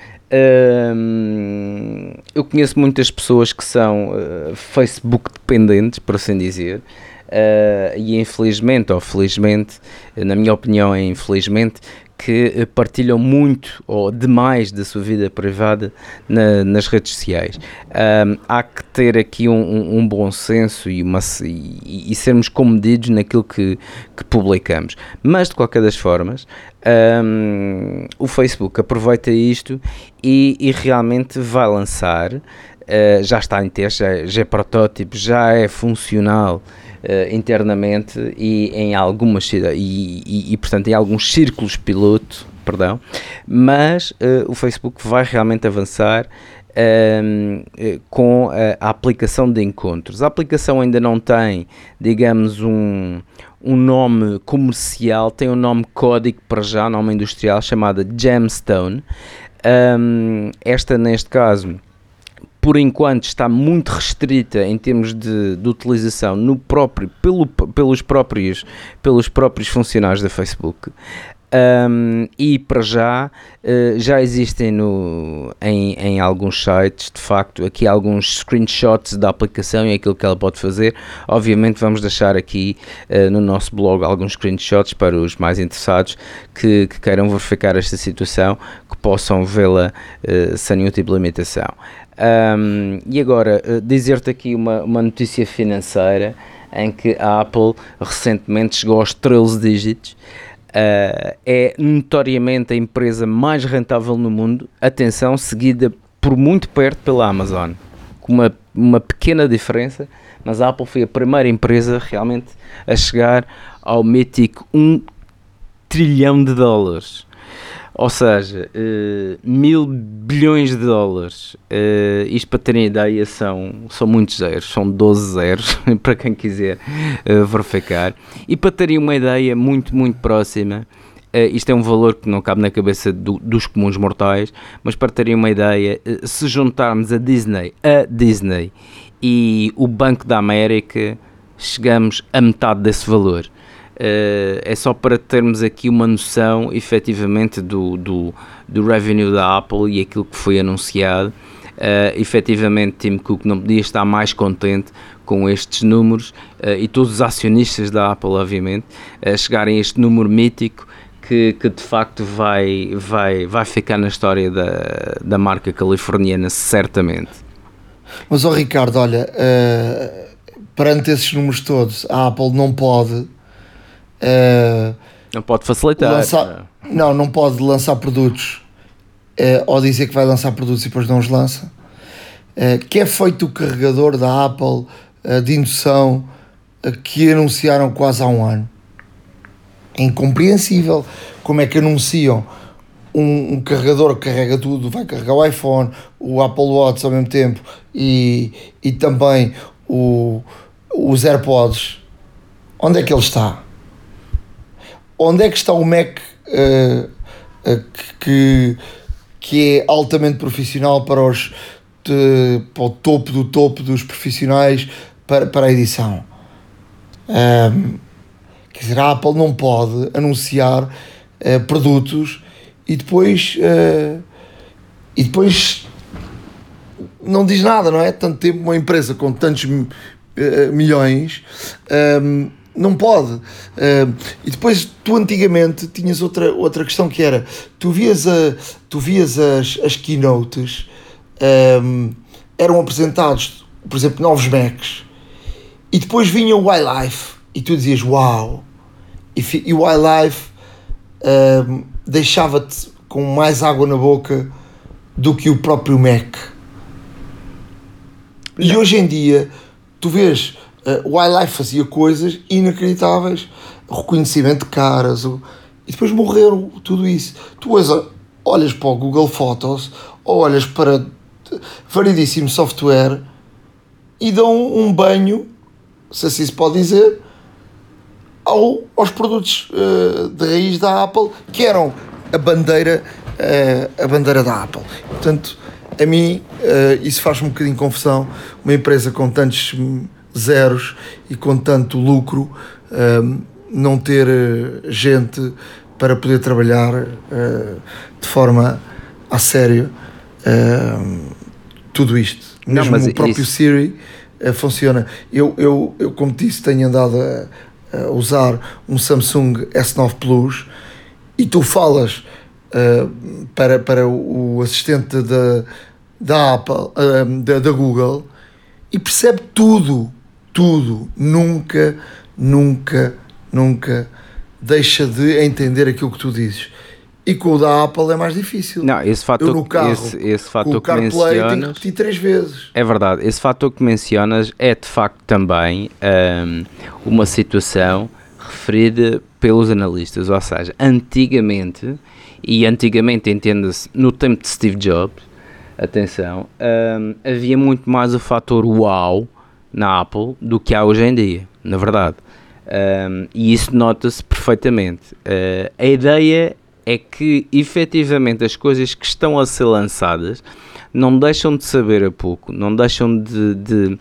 eu conheço muitas pessoas que são Facebook dependentes, por assim dizer, e infelizmente ou felizmente, na minha opinião é infelizmente, que partilham muito ou demais da sua vida privada nas redes sociais. Há que ter aqui um bom senso e sermos comedidos naquilo que publicamos. Mas, de qualquer das formas, o Facebook aproveita isto e realmente vai lançar, já está em teste, já é protótipo, já é funcional internamente e em algumas cidades e portanto em alguns círculos piloto, perdão, mas o Facebook vai realmente avançar com a aplicação de encontros. A aplicação ainda não tem, digamos, um nome comercial, tem um nome código para já, nome industrial, chamada Gemstone. Esta, neste caso, por enquanto está muito restrita em termos de utilização pelos próprios funcionários da Facebook. E para já existem em alguns sites, de facto, aqui alguns screenshots da aplicação e aquilo que ela pode fazer. Obviamente vamos deixar aqui no nosso blog alguns screenshots para os mais interessados que queiram verificar esta situação, que possam vê-la sem nenhum tipo de limitação. E agora, dizer-te aqui uma notícia financeira em que a Apple recentemente chegou aos 13 dígitos. É notoriamente a empresa mais rentável no mundo, atenção, seguida por muito perto pela Amazon, com uma pequena diferença, mas a Apple foi a primeira empresa realmente a chegar ao mítico $1 trilhão. Ou seja, 1.000 bilhões de dólares. Isto, para terem ideia, são muitos zeros, são 12 zeros, para quem quiser verificar. E para terem uma ideia muito, muito próxima, isto é um valor que não cabe na cabeça dos comuns mortais, mas para terem uma ideia, se juntarmos a Disney e o Banco da América, chegamos a metade desse valor. É só para termos aqui uma noção efetivamente do revenue da Apple e aquilo que foi anunciado. Efetivamente, Tim Cook não podia estar mais contente com estes números e todos os acionistas da Apple, obviamente, chegarem a este número mítico que de facto vai ficar na história da marca californiana, certamente. Mas, Ricardo, olha, perante esses números todos, a Apple não pode não pode facilitar, não pode lançar produtos ou dizer que vai lançar produtos e depois não os lança. Que é feito o carregador da Apple de indução que anunciaram quase há um ano. É incompreensível como é que anunciam um carregador que carrega tudo, vai carregar o iPhone, o Apple Watch ao mesmo tempo e também os AirPods. Onde é que ele está? Onde é que está o Mac que é altamente profissional para o topo do topo dos profissionais para a edição? Quer dizer, a Apple não pode anunciar produtos e depois não diz nada, não é? Tanto tempo uma empresa com tantos milhões não pode. E depois tu antigamente tinhas outra questão que era, tu vias as keynotes, eram apresentados, por exemplo, novos Macs, e depois vinha o iLife e tu dizias uau, e o iLife deixava-te com mais água na boca do que o próprio Mac. E hoje em dia tu vês o iLife fazia coisas inacreditáveis, reconhecimento de caras, e depois morreram tudo isso. Tu olhas para o Google Fotos ou olhas para variedíssimo software e dão um banho, se assim se pode dizer, aos produtos de raiz da Apple, que eram a bandeira da Apple. Portanto, a mim isso faz-me um bocadinho de confusão, uma empresa com tantos zeros e com tanto lucro não ter gente para poder trabalhar de forma a sério tudo isto. Mesmo o próprio Siri funciona. Eu, como disse, tenho andado a usar um Samsung S9 Plus e tu falas para o assistente da Apple, da Google, e percebe tudo, nunca deixa de entender aquilo que tu dizes. E com o da Apple é mais difícil. Não, esse fator, eu no carro, esse fator com o CarPlay mencionas, tenho que repetir 3 vezes. É verdade, esse fator que mencionas é de facto também uma situação referida pelos analistas, ou seja, antigamente entenda-se no tempo de Steve Jobs, atenção, havia muito mais o fator wow na Apple do que há hoje em dia, na verdade, e isso nota-se perfeitamente. A ideia é que efetivamente as coisas que estão a ser lançadas não deixam de saber a pouco, não deixam de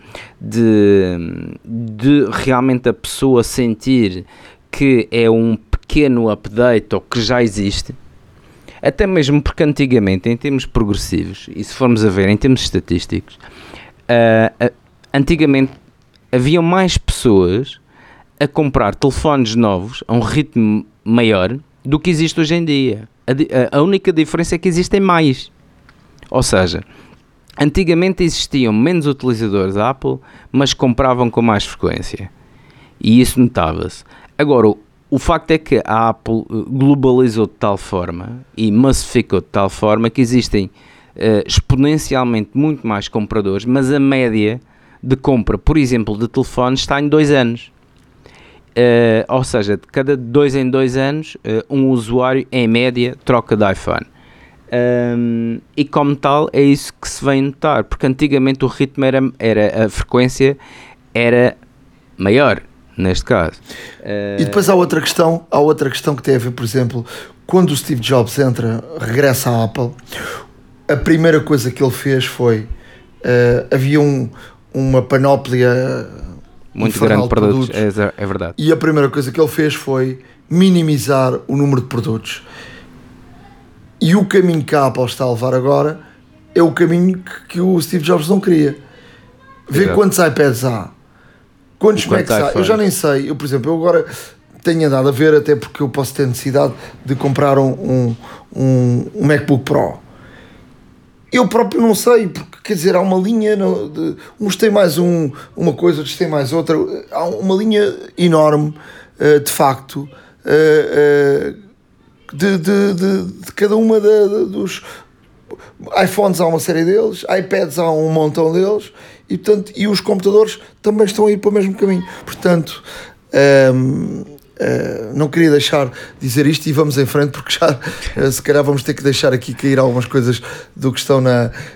realmente a pessoa sentir que é um pequeno update ou que já existe, até mesmo porque antigamente, em termos progressivos, e se formos a ver em termos estatísticos, antigamente haviam mais pessoas a comprar telefones novos a um ritmo maior do que existe hoje em dia. A única diferença é que existem mais. Ou seja, antigamente existiam menos utilizadores da Apple, mas compravam com mais frequência. E isso notava-se. Agora, o facto é que a Apple globalizou de tal forma e massificou de tal forma que existem exponencialmente muito mais compradores, mas a média de compra, por exemplo, de telefones está em 2 anos. Ou seja, de cada 2 em 2 anos, um usuário, em média, troca de iPhone. E como tal, é isso que se vem notar, porque antigamente o ritmo a frequência era maior, neste caso. E depois há outra questão que tem a ver, por exemplo, quando o Steve Jobs regressa à Apple, a primeira coisa que ele fez foi, havia uma panóplia muito grande de produtos, é verdade. E a primeira coisa que ele fez foi minimizar o número de produtos. E o caminho que a Apple está a levar agora é o caminho que o Steve Jobs não queria. Vê quantos iPads há, quantos Macs há. Eu já nem sei. Eu, por exemplo, agora tenho andado a ver, até porque eu posso ter necessidade de comprar um MacBook Pro. Eu próprio não sei, porque quer dizer, há uma linha, uns têm mais uma coisa, outros têm mais outra, há uma linha enorme, de facto, de cada uma dos iPhones, há uma série deles, iPads há um montão deles, e, portanto, e os computadores também estão a ir para o mesmo caminho. Portanto, não queria deixar de dizer isto e vamos em frente, porque já se calhar vamos ter que deixar aqui cair algumas coisas do que estão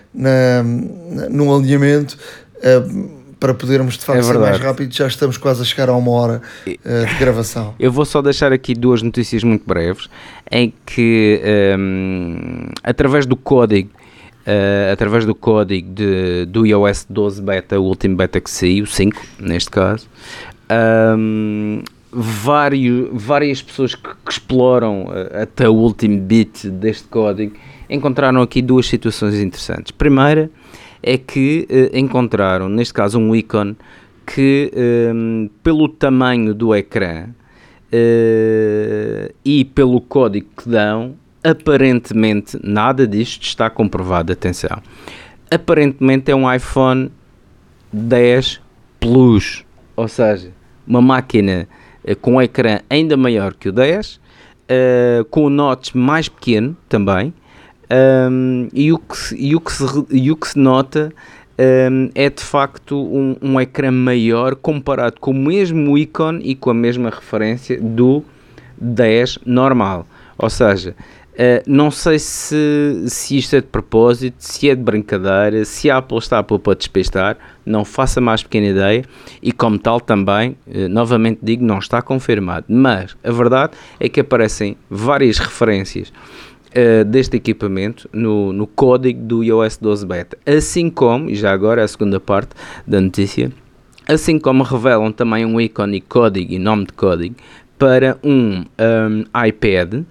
no alinhamento, para podermos de facto ser mais rápido. Já estamos quase a chegar a 1 hora de gravação. Eu vou só deixar aqui 2 notícias muito breves, em que através do código do iOS 12 beta, o último beta que saiu, 5 neste caso, várias pessoas que exploram até o último bit deste código encontraram aqui 2 situações interessantes. Primeira é que encontraram, neste caso, um ícone que, pelo tamanho do ecrã e pelo código que dão, aparentemente nada disto está comprovado. Atenção, aparentemente é um iPhone 10 Plus, ou seja, uma máquina com um ecrã ainda maior que o 10, com o notch mais pequeno também, e o que se nota é de facto um ecrã maior comparado com o mesmo ícone e com a mesma referência do 10 normal. Ou seja, não sei se isto é de propósito, se é de brincadeira, se a Apple está a pôr para despistar, não faço a mais pequena ideia, e como tal também, novamente digo, não está confirmado, mas a verdade é que aparecem várias referências deste equipamento no código do iOS 12 beta, assim como, e já agora é a segunda parte da notícia, assim como revelam também um ícone, código e nome de código para um iPad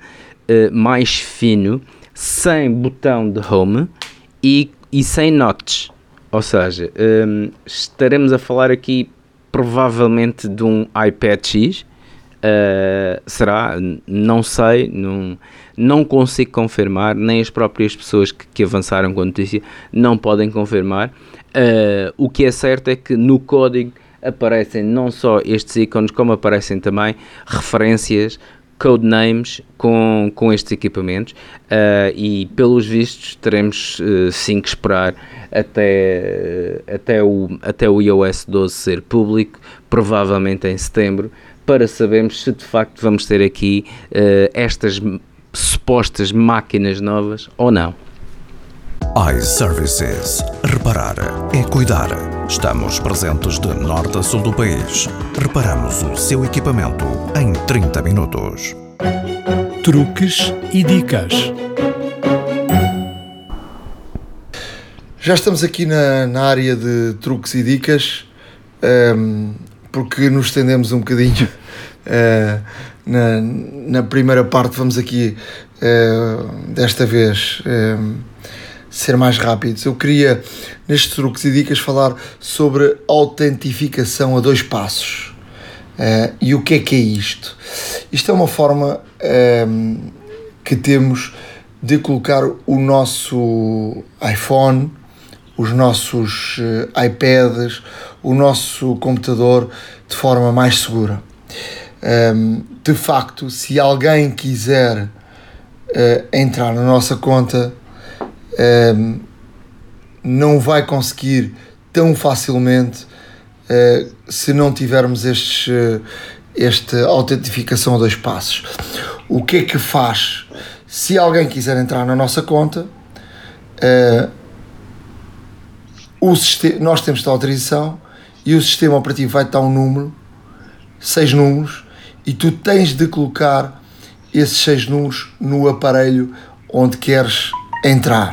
mais fino, sem botão de home e sem notch. Ou seja, estaremos a falar aqui provavelmente de um iPad X. Será? Não sei, não consigo confirmar, nem as próprias pessoas que avançaram com a notícia não podem confirmar. O que é certo é que no código aparecem não só estes ícones, como aparecem também referências, codenames com estes equipamentos, e pelos vistos teremos sim que esperar até o iOS 12 ser público, provavelmente em setembro, para sabermos se de facto vamos ter aqui estas supostas máquinas novas ou não. iServices. Reparar é cuidar. Estamos presentes de norte a sul do país. Reparamos o seu equipamento em 30 minutos. Truques e dicas. Já estamos aqui na área de truques e dicas, porque nos estendemos um bocadinho na primeira parte. Vamos aqui, desta vez, ser mais rápidos. Eu queria, nestes truques e dicas, falar sobre autentificação a 2 passos. E o que é isto? Isto é uma forma que temos de colocar o nosso iPhone, os nossos iPads, o nosso computador de forma mais segura. De facto, se alguém quiser entrar na nossa conta, não vai conseguir tão facilmente se não tivermos esta autentificação a 2 passos. O que é que faz? Se alguém quiser entrar na nossa conta, nós temos esta autorização e o sistema operativo vai-te dar um número, 6 números, e tu tens de colocar esses 6 números no aparelho onde queres entrar.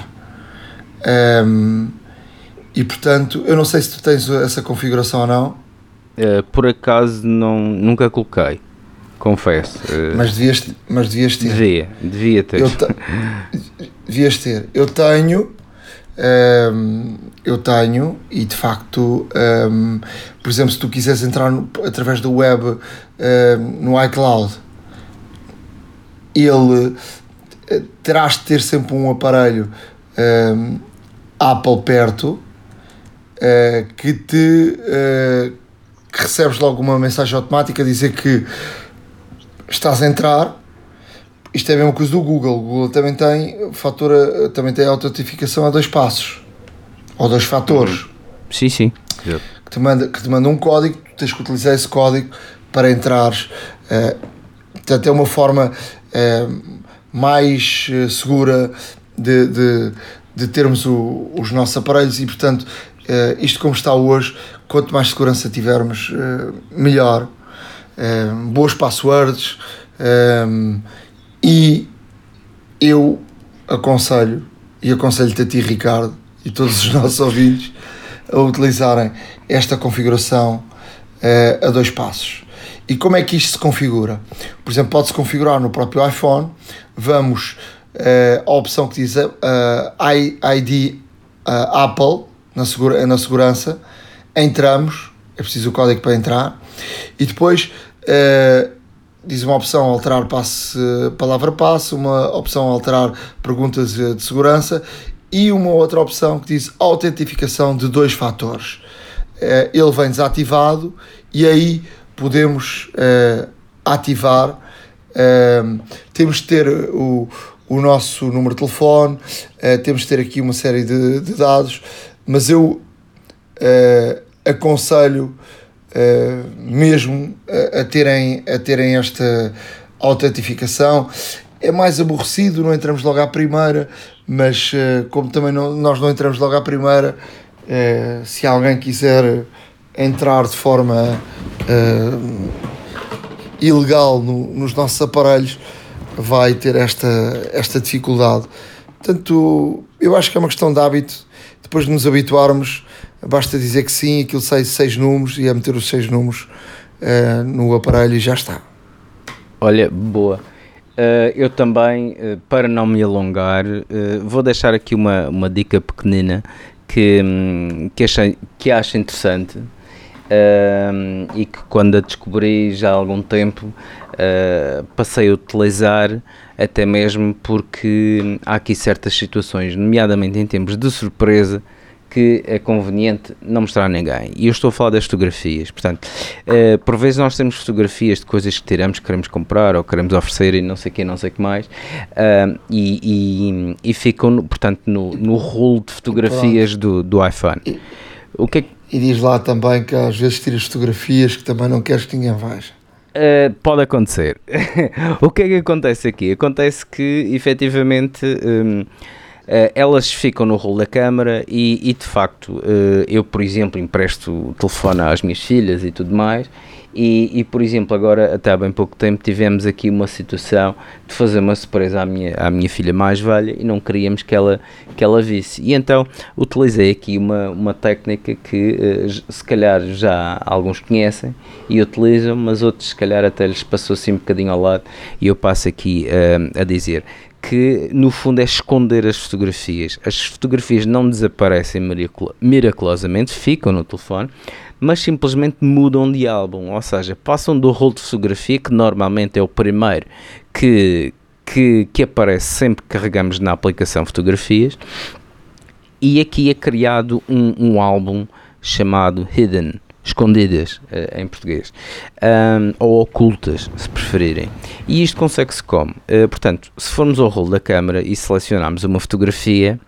E portanto, eu não sei se tu tens essa configuração ou não. Por acaso nunca coloquei, confesso. Mas devias ter. Devia ter. Devias ter. Eu tenho, e de facto, por exemplo, se tu quiseres entrar através do web no iCloud, ele terás de ter sempre um aparelho Apple perto, que recebes logo uma mensagem automática a dizer que estás a entrar. Isto é a mesma coisa do Google. O Google também tem autentificação a 2 passos, ou 2 fatores. Sim. Que te manda um código, tu tens que utilizar esse código para entrares. Portanto, é uma forma mais segura de termos os nossos aparelhos, e portanto, isto como está hoje, quanto mais segurança tivermos, melhor. Boas passwords, e eu aconselho-te a ti, Ricardo, e todos os nossos ouvintes, a utilizarem esta configuração a 2 passos. E como é que isto se configura? Por exemplo, pode-se configurar no próprio iPhone. Vamos à opção que diz ID Apple, na segurança, entramos, é preciso o código para entrar, e depois diz uma opção alterar palavra-passe, uma opção alterar perguntas de segurança, e uma outra opção que diz autentificação de 2 fatores. Ele vem desativado e aí podemos ativar. Temos de ter o nosso número de telefone, temos de ter aqui uma série de dados, mas eu aconselho mesmo a terem esta autentificação. É mais aborrecido, não entramos logo à primeira, mas como também nós não entramos logo à primeira, se alguém quiser entrar de forma ilegal nos nossos aparelhos, vai ter esta dificuldade. Portanto, eu acho que é uma questão de hábito. Depois de nos habituarmos, basta dizer que sim, aquilo sai 6 números, e é meter os 6 números no aparelho e já está. Olha, boa. Eu também, para não me alongar, vou deixar aqui uma dica pequenina, que acho interessante, e que quando a descobri já há algum tempo passei a utilizar, até mesmo porque há aqui certas situações, nomeadamente em termos de surpresa, que é conveniente não mostrar a ninguém. E eu estou a falar das fotografias. Portanto, por vezes nós temos fotografias de coisas que tiramos, que queremos comprar ou queremos oferecer e não sei o que, não sei o que mais, e ficam, portanto, no rolo de fotografias do iPhone. O que é que... E diz lá também que às vezes tiras fotografias que também não queres que ninguém veja. Pode acontecer. O que é que acontece aqui? Acontece que, efetivamente, elas ficam no rolo da câmara e de facto, eu, por exemplo, empresto o telefone às minhas filhas e tudo mais, e por exemplo, agora, até há bem pouco tempo, tivemos aqui uma situação de fazer uma surpresa à minha filha mais velha e não queríamos que ela visse. E então, utilizei aqui uma técnica que se calhar já alguns conhecem e utilizam, mas outros se calhar até lhes passou assim um bocadinho ao lado, e eu passo aqui a dizer que no fundo é esconder as fotografias. As fotografias não desaparecem miraculosamente, ficam no telefone, mas simplesmente mudam de álbum, ou seja, passam do rolo de fotografia, que normalmente é o primeiro que aparece sempre que carregamos na aplicação fotografias, e aqui é criado um álbum chamado Hidden, escondidas em português, ou ocultas, se preferirem. E isto consegue-se como? Portanto, se formos ao rolo da câmara e selecionarmos uma fotografia,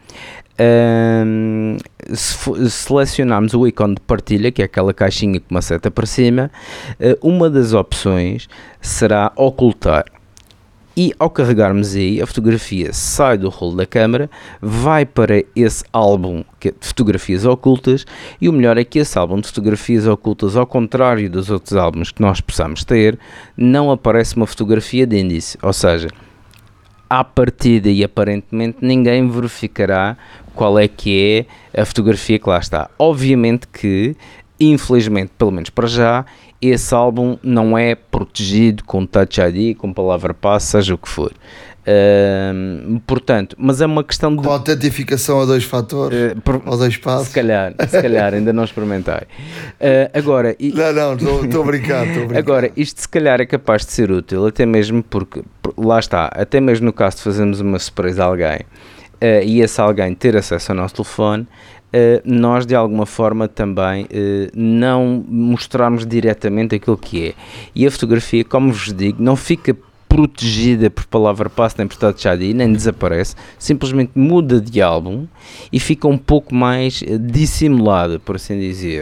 se selecionarmos o ícone de partilha, que é aquela caixinha com uma seta para cima, uma das opções será ocultar. E ao carregarmos aí, a fotografia sai do rolo da câmara, vai para esse álbum de fotografias ocultas, e o melhor é que esse álbum de fotografias ocultas, ao contrário dos outros álbuns que nós possamos ter, não aparece uma fotografia de índice, ou seja, à partida e aparentemente ninguém verificará qual é que é a fotografia que lá está. Obviamente que, infelizmente, pelo menos para já, esse álbum não é protegido com Touch ID, com palavra passe, seja o que for. Portanto, mas é uma questão de... Com autentificação a 2 fatores, ou 2 passos. Se calhar, ainda não experimentei. Agora... Não, estou a brincar. Agora, isto se calhar é capaz de ser útil, até mesmo porque, lá está, até mesmo no caso de fazermos uma surpresa a alguém, e esse alguém ter acesso ao nosso telefone, nós de alguma forma também não mostrarmos diretamente aquilo que é. E a fotografia, como vos digo, não fica protegida por palavra passe nem por Touch ID, nem desaparece, simplesmente muda de álbum e fica um pouco mais dissimulada, por assim dizer.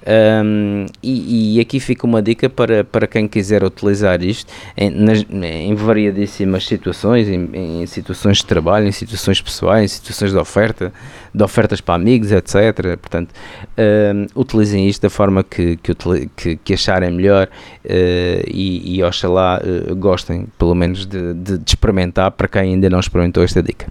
E aqui fica uma dica para quem quiser utilizar isto em variadíssimas situações, em situações de trabalho, em situações pessoais, em situações de ofertas para amigos, etc. Portanto, utilizem isto da forma que acharem melhor, e oxalá gostem pelo menos de experimentar, para quem ainda não experimentou esta dica.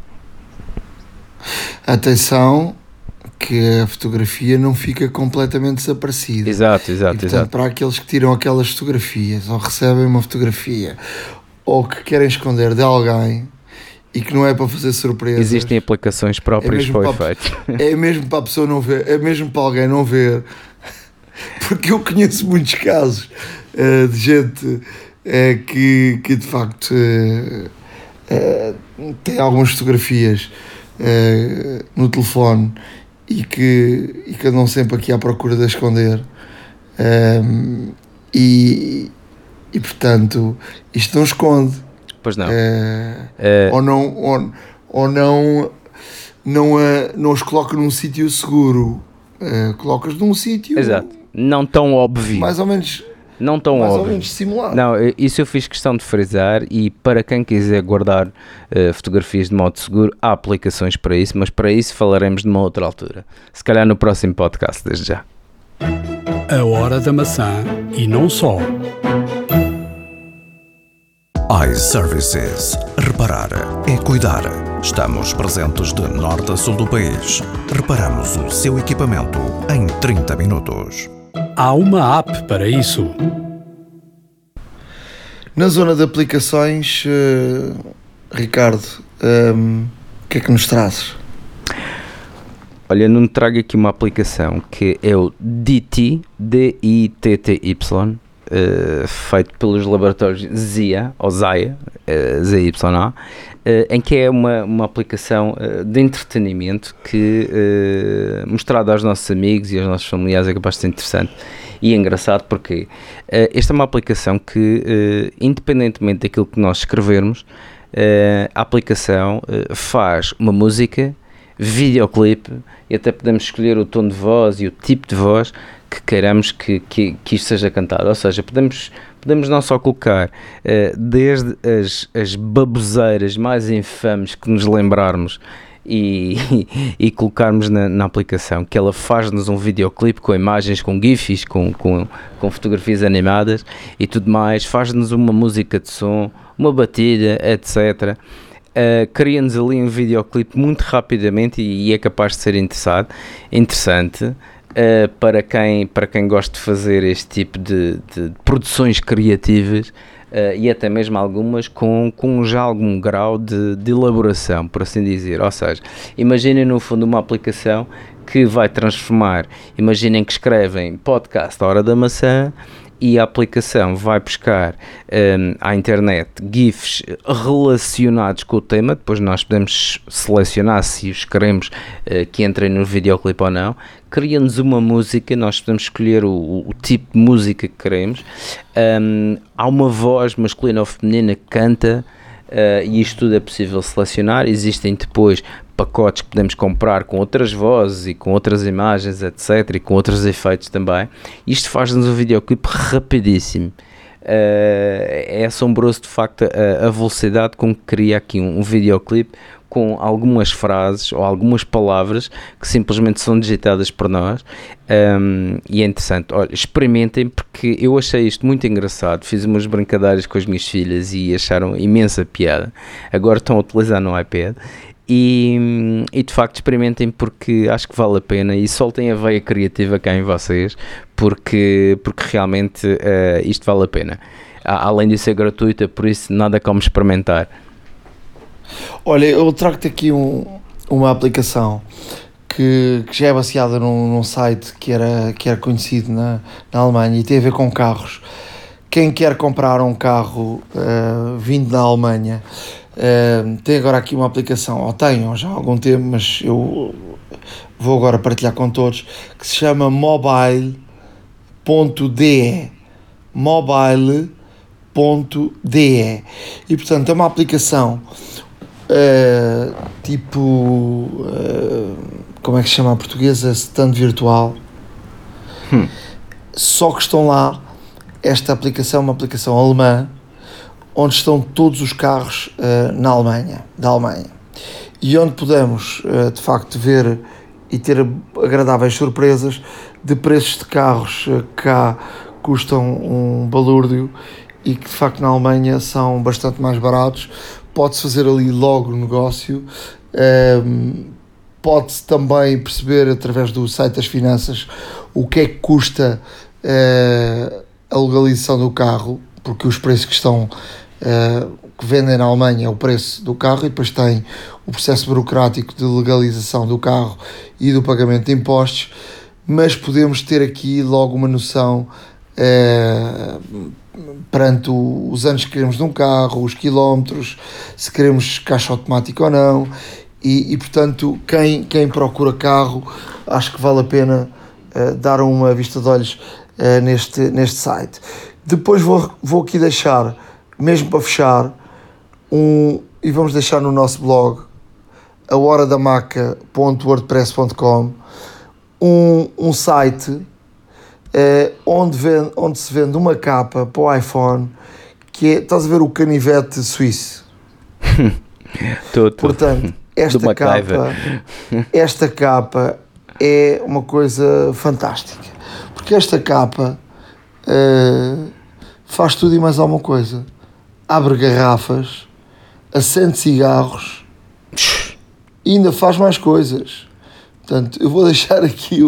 Atenção, que a fotografia não fica completamente desaparecida. Exato. Portanto, para aqueles que tiram aquelas fotografias, ou recebem uma fotografia, ou que querem esconder de alguém, e que não é para fazer surpresas. Existem aplicações próprias para o efeito. É mesmo para a pessoa não ver, é mesmo para alguém não ver, porque eu conheço muitos casos de gente que de facto tem algumas fotografias no telefone e que andam sempre aqui à procura de esconder, e portanto isto não esconde. Pois não. Ou não os coloca num sítio seguro, colocas num sítio, exato, não tão óbvio, mais ou menos simulado. Não, isso eu fiz questão de frisar, e para quem quiser guardar fotografias de modo seguro, há aplicações para isso, mas para isso falaremos numa outra altura, se calhar no próximo podcast, desde já. A Hora da Maçã e não só. iServices. Reparar é cuidar. Estamos presentes de norte a sul do país. Reparamos o seu equipamento em 30 minutos. Há uma app para isso. Na zona de aplicações, Ricardo, o que é que nos trazes? Olha, não trago aqui uma aplicação que é o DITTY, D-I-T-T-Y, feito pelos laboratórios ZIA, ou ZIA, Z-Y-A, em que é uma aplicação de entretenimento que, mostrada aos nossos amigos e aos nossos familiares, é capaz de ser interessante e engraçado, porque esta é uma aplicação que, independentemente daquilo que nós escrevermos, a aplicação faz uma música, videoclipe, e até podemos escolher o tom de voz e o tipo de voz que queiramos que isto seja cantado. Ou seja, podemos não só colocar desde as baboseiras mais infames que nos lembrarmos e colocarmos na aplicação, que ela faz-nos um videoclipe com imagens, com gifs, com fotografias animadas e tudo mais, faz-nos uma música de som, uma batida, etc. Cria-nos ali um videoclipe muito rapidamente e é capaz de ser interessante para quem gosta de fazer este tipo de produções criativas, e até mesmo algumas com já algum grau de elaboração, por assim dizer. Ou seja, imaginem no fundo uma aplicação que vai transformar, imaginem que escrevem podcast Hora da Maçã, e a aplicação vai buscar à internet GIFs relacionados com o tema. Depois nós podemos selecionar se os queremos que entrem no videoclipe ou não. Cria-nos uma música, nós podemos escolher o tipo de música que queremos. Há uma voz masculina ou feminina que canta, e isto tudo é possível selecionar. Existem depois pacotes que podemos comprar com outras vozes e com outras imagens, etc, e com outros efeitos também. Isto faz-nos um videoclipe rapidíssimo. É assombroso de facto a velocidade com que cria aqui um videoclipe, com algumas frases ou algumas palavras que simplesmente são digitadas por nós, e é interessante. Olha, experimentem, porque eu achei isto muito engraçado. Fiz umas brincadeiras com as minhas filhas e acharam imensa piada. Agora estão a utilizar no iPad. E de facto experimentem, porque acho que vale a pena, e soltem a veia criativa cá em vocês, porque realmente isto vale a pena. Além de ser gratuita, por isso nada como experimentar. Olha, eu trago-te aqui uma aplicação que já é baseada num site que era conhecido na Alemanha e tem a ver com carros. Quem quer comprar um carro vindo da Alemanha, tem agora aqui uma aplicação, ou já há algum tempo, mas eu vou agora partilhar com todos, que se chama Mobile.de. Mobile.de. E portanto é uma aplicação como é que se chama a portuguesa? Stand virtual. Só que estão lá, esta aplicação é uma aplicação alemã, onde estão todos os carros da Alemanha, e onde podemos de facto ver e ter agradáveis surpresas de preços de carros que cá custam um balúrdio e que de facto na Alemanha são bastante mais baratos. Pode-se fazer ali logo o negócio, pode-se também perceber através do site das finanças o que é que custa a legalização do carro, porque os preços que vendem na Alemanha é o preço do carro, e depois tem o processo burocrático de legalização do carro e do pagamento de impostos, mas podemos ter aqui logo uma noção perante os anos que queremos de um carro, os quilómetros, se queremos caixa automática ou não, e portanto quem procura carro, acho que vale a pena dar uma vista de olhos neste site. Depois vou aqui deixar, mesmo para fechar, e vamos deixar no nosso blog, ahoradamaca.wordpress.com, um site onde se vende uma capa para o iPhone, que é, estás a ver o canivete suíço? Portanto, esta capa é uma coisa fantástica, porque esta capa faz tudo e mais alguma coisa. Abre garrafas, acende cigarros e ainda faz mais coisas. Portanto, eu vou deixar aqui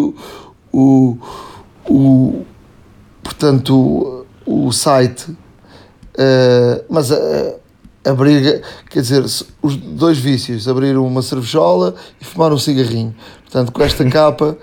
o site, mas abrir, quer dizer, os dois vícios, abrir uma cervejola e fumar um cigarrinho. Portanto, com esta capa,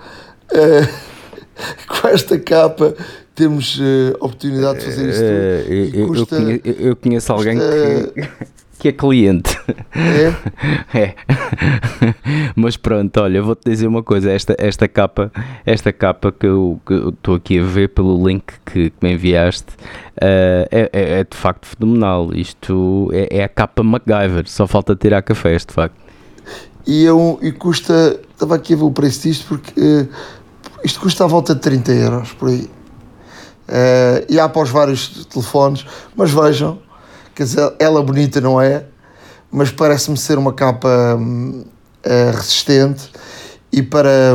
temos oportunidade de fazer isso tudo. Eu conheço alguém que é cliente. É. Mas pronto, olha, vou-te dizer uma coisa, esta capa que eu estou aqui a ver pelo link que me enviaste, é de facto fenomenal. Isto é a capa MacGyver, só falta tirar cafés, de facto. E custa, estava aqui a ver o preço disto, porque isto custa à volta de 30 euros por aí. E há para os vários telefones, mas vejam, quer dizer, ela bonita não é, mas parece-me ser uma capa resistente, e para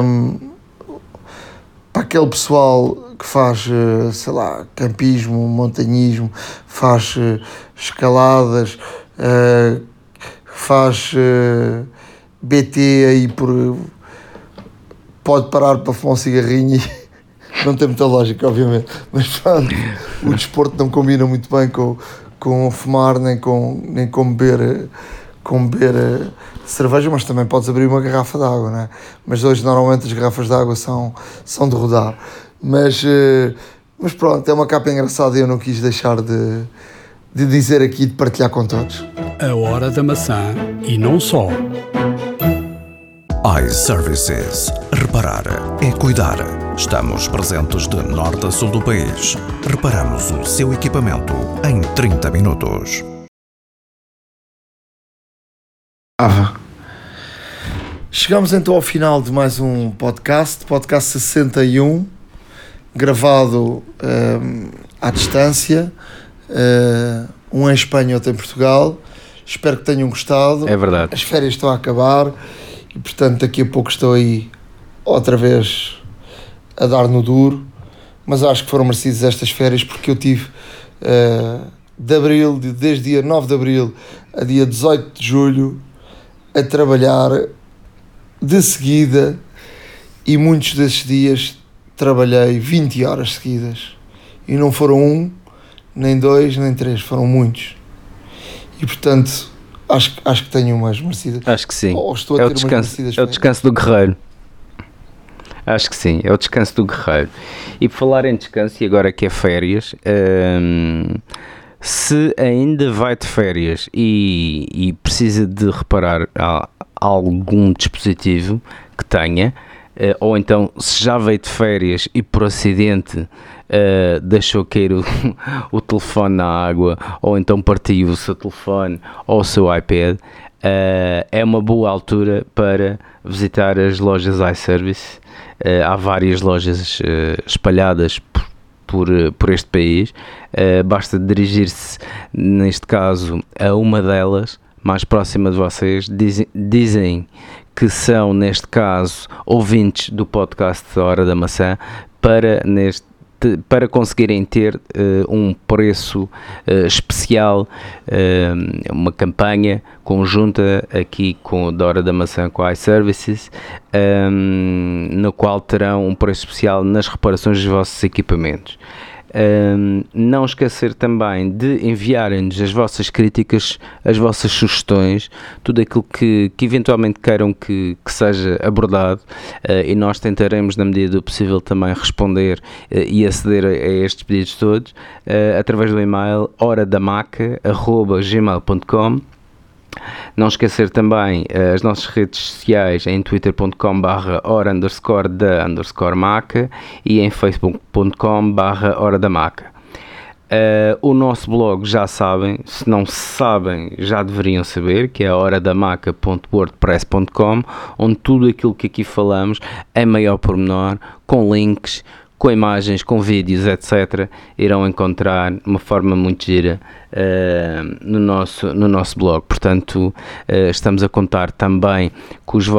aquele pessoal que faz, sei lá, campismo, montanhismo, faz escaladas, faz BT aí pode parar para fumar um cigarrinho e não tem muita lógica, obviamente, mas pronto, o desporto não combina muito bem com fumar, nem com beber cerveja, mas também podes abrir uma garrafa de água, não é? Mas hoje normalmente as garrafas de água são de rodar, mas pronto, é uma capa engraçada e eu não quis deixar de dizer aqui, de partilhar com todos. A Hora da Maçã e não só. iServices. Reparar é cuidar. Estamos presentes de norte a sul do país. Reparamos o seu equipamento em 30 minutos. Chegamos então ao final de mais um podcast 61, gravado à distância, um em Espanha, outro em Portugal. Espero que tenham gostado. É verdade. As férias estão a acabar e, portanto, daqui a pouco estou aí outra vez a dar no duro, mas acho que foram merecidas estas férias, porque eu tive desde dia 9 de Abril a dia 18 de Julho a trabalhar de seguida, e muitos desses dias trabalhei 20 horas seguidas, e não foram um, nem dois, nem três, foram muitos, e portanto acho que tenho umas merecidas. Acho que sim. Estou a ter umas merecidas. É o descanso do guerreiro. Acho que sim, é o descanso do guerreiro. E por falar em descanso, e agora que é férias, se ainda vai de férias e precisa de reparar algum dispositivo que tenha, ou então se já veio de férias e por acidente deixou cair o telefone na água, ou então partiu o seu telefone ou o seu iPad, é uma boa altura para visitar as lojas iService. Há várias lojas espalhadas por este país. Basta dirigir-se, neste caso, a uma delas mais próxima de vocês. Dizem que são, neste caso, ouvintes do podcast da Hora da Maçã, para conseguirem ter um preço especial, uma campanha conjunta aqui da Hora da Maçã com a iServices, no qual terão um preço especial nas reparações dos vossos equipamentos. Não esquecer também de enviarem-nos as vossas críticas, as vossas sugestões, tudo aquilo que eventualmente queiram que seja abordado, e nós tentaremos, na medida do possível, também responder e aceder a estes pedidos todos através do e-mail horadamaca@gmail.com. Não esquecer também as nossas redes sociais em twitter.com/hora_da_maca e em facebook.com/horadamaca. O nosso blog, já sabem, se não sabem, já deveriam saber, que é horadamaca.wordpress.com, onde tudo aquilo que aqui falamos em maior pormenor, com links, com imagens, com vídeos, etc., irão encontrar de uma forma muito gira no nosso blog. Portanto, estamos a contar também com o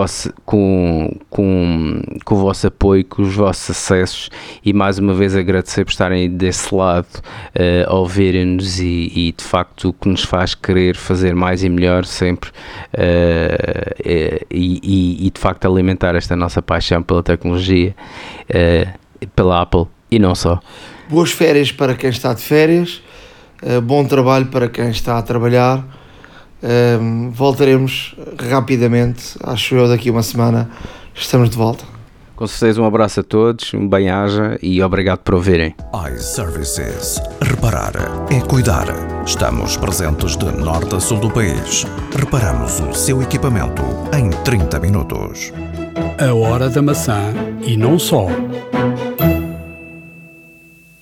vosso apoio, com os vossos acessos, e mais uma vez agradecer por estarem desse lado a ouvirem-nos e de facto o que nos faz querer fazer mais e melhor sempre, e de facto alimentar esta nossa paixão pela tecnologia, pela Apple e não só. Boas férias para quem está de férias, bom trabalho para quem está a trabalhar, Voltaremos rapidamente, acho eu, daqui a uma semana estamos de volta. Com certeza, um abraço a todos, um bem-aja e obrigado por ouvirem. iServices. Reparar é cuidar. Estamos presentes de norte a sul do país. Reparamos o seu equipamento em 30 minutos. A hora da maçã e não só.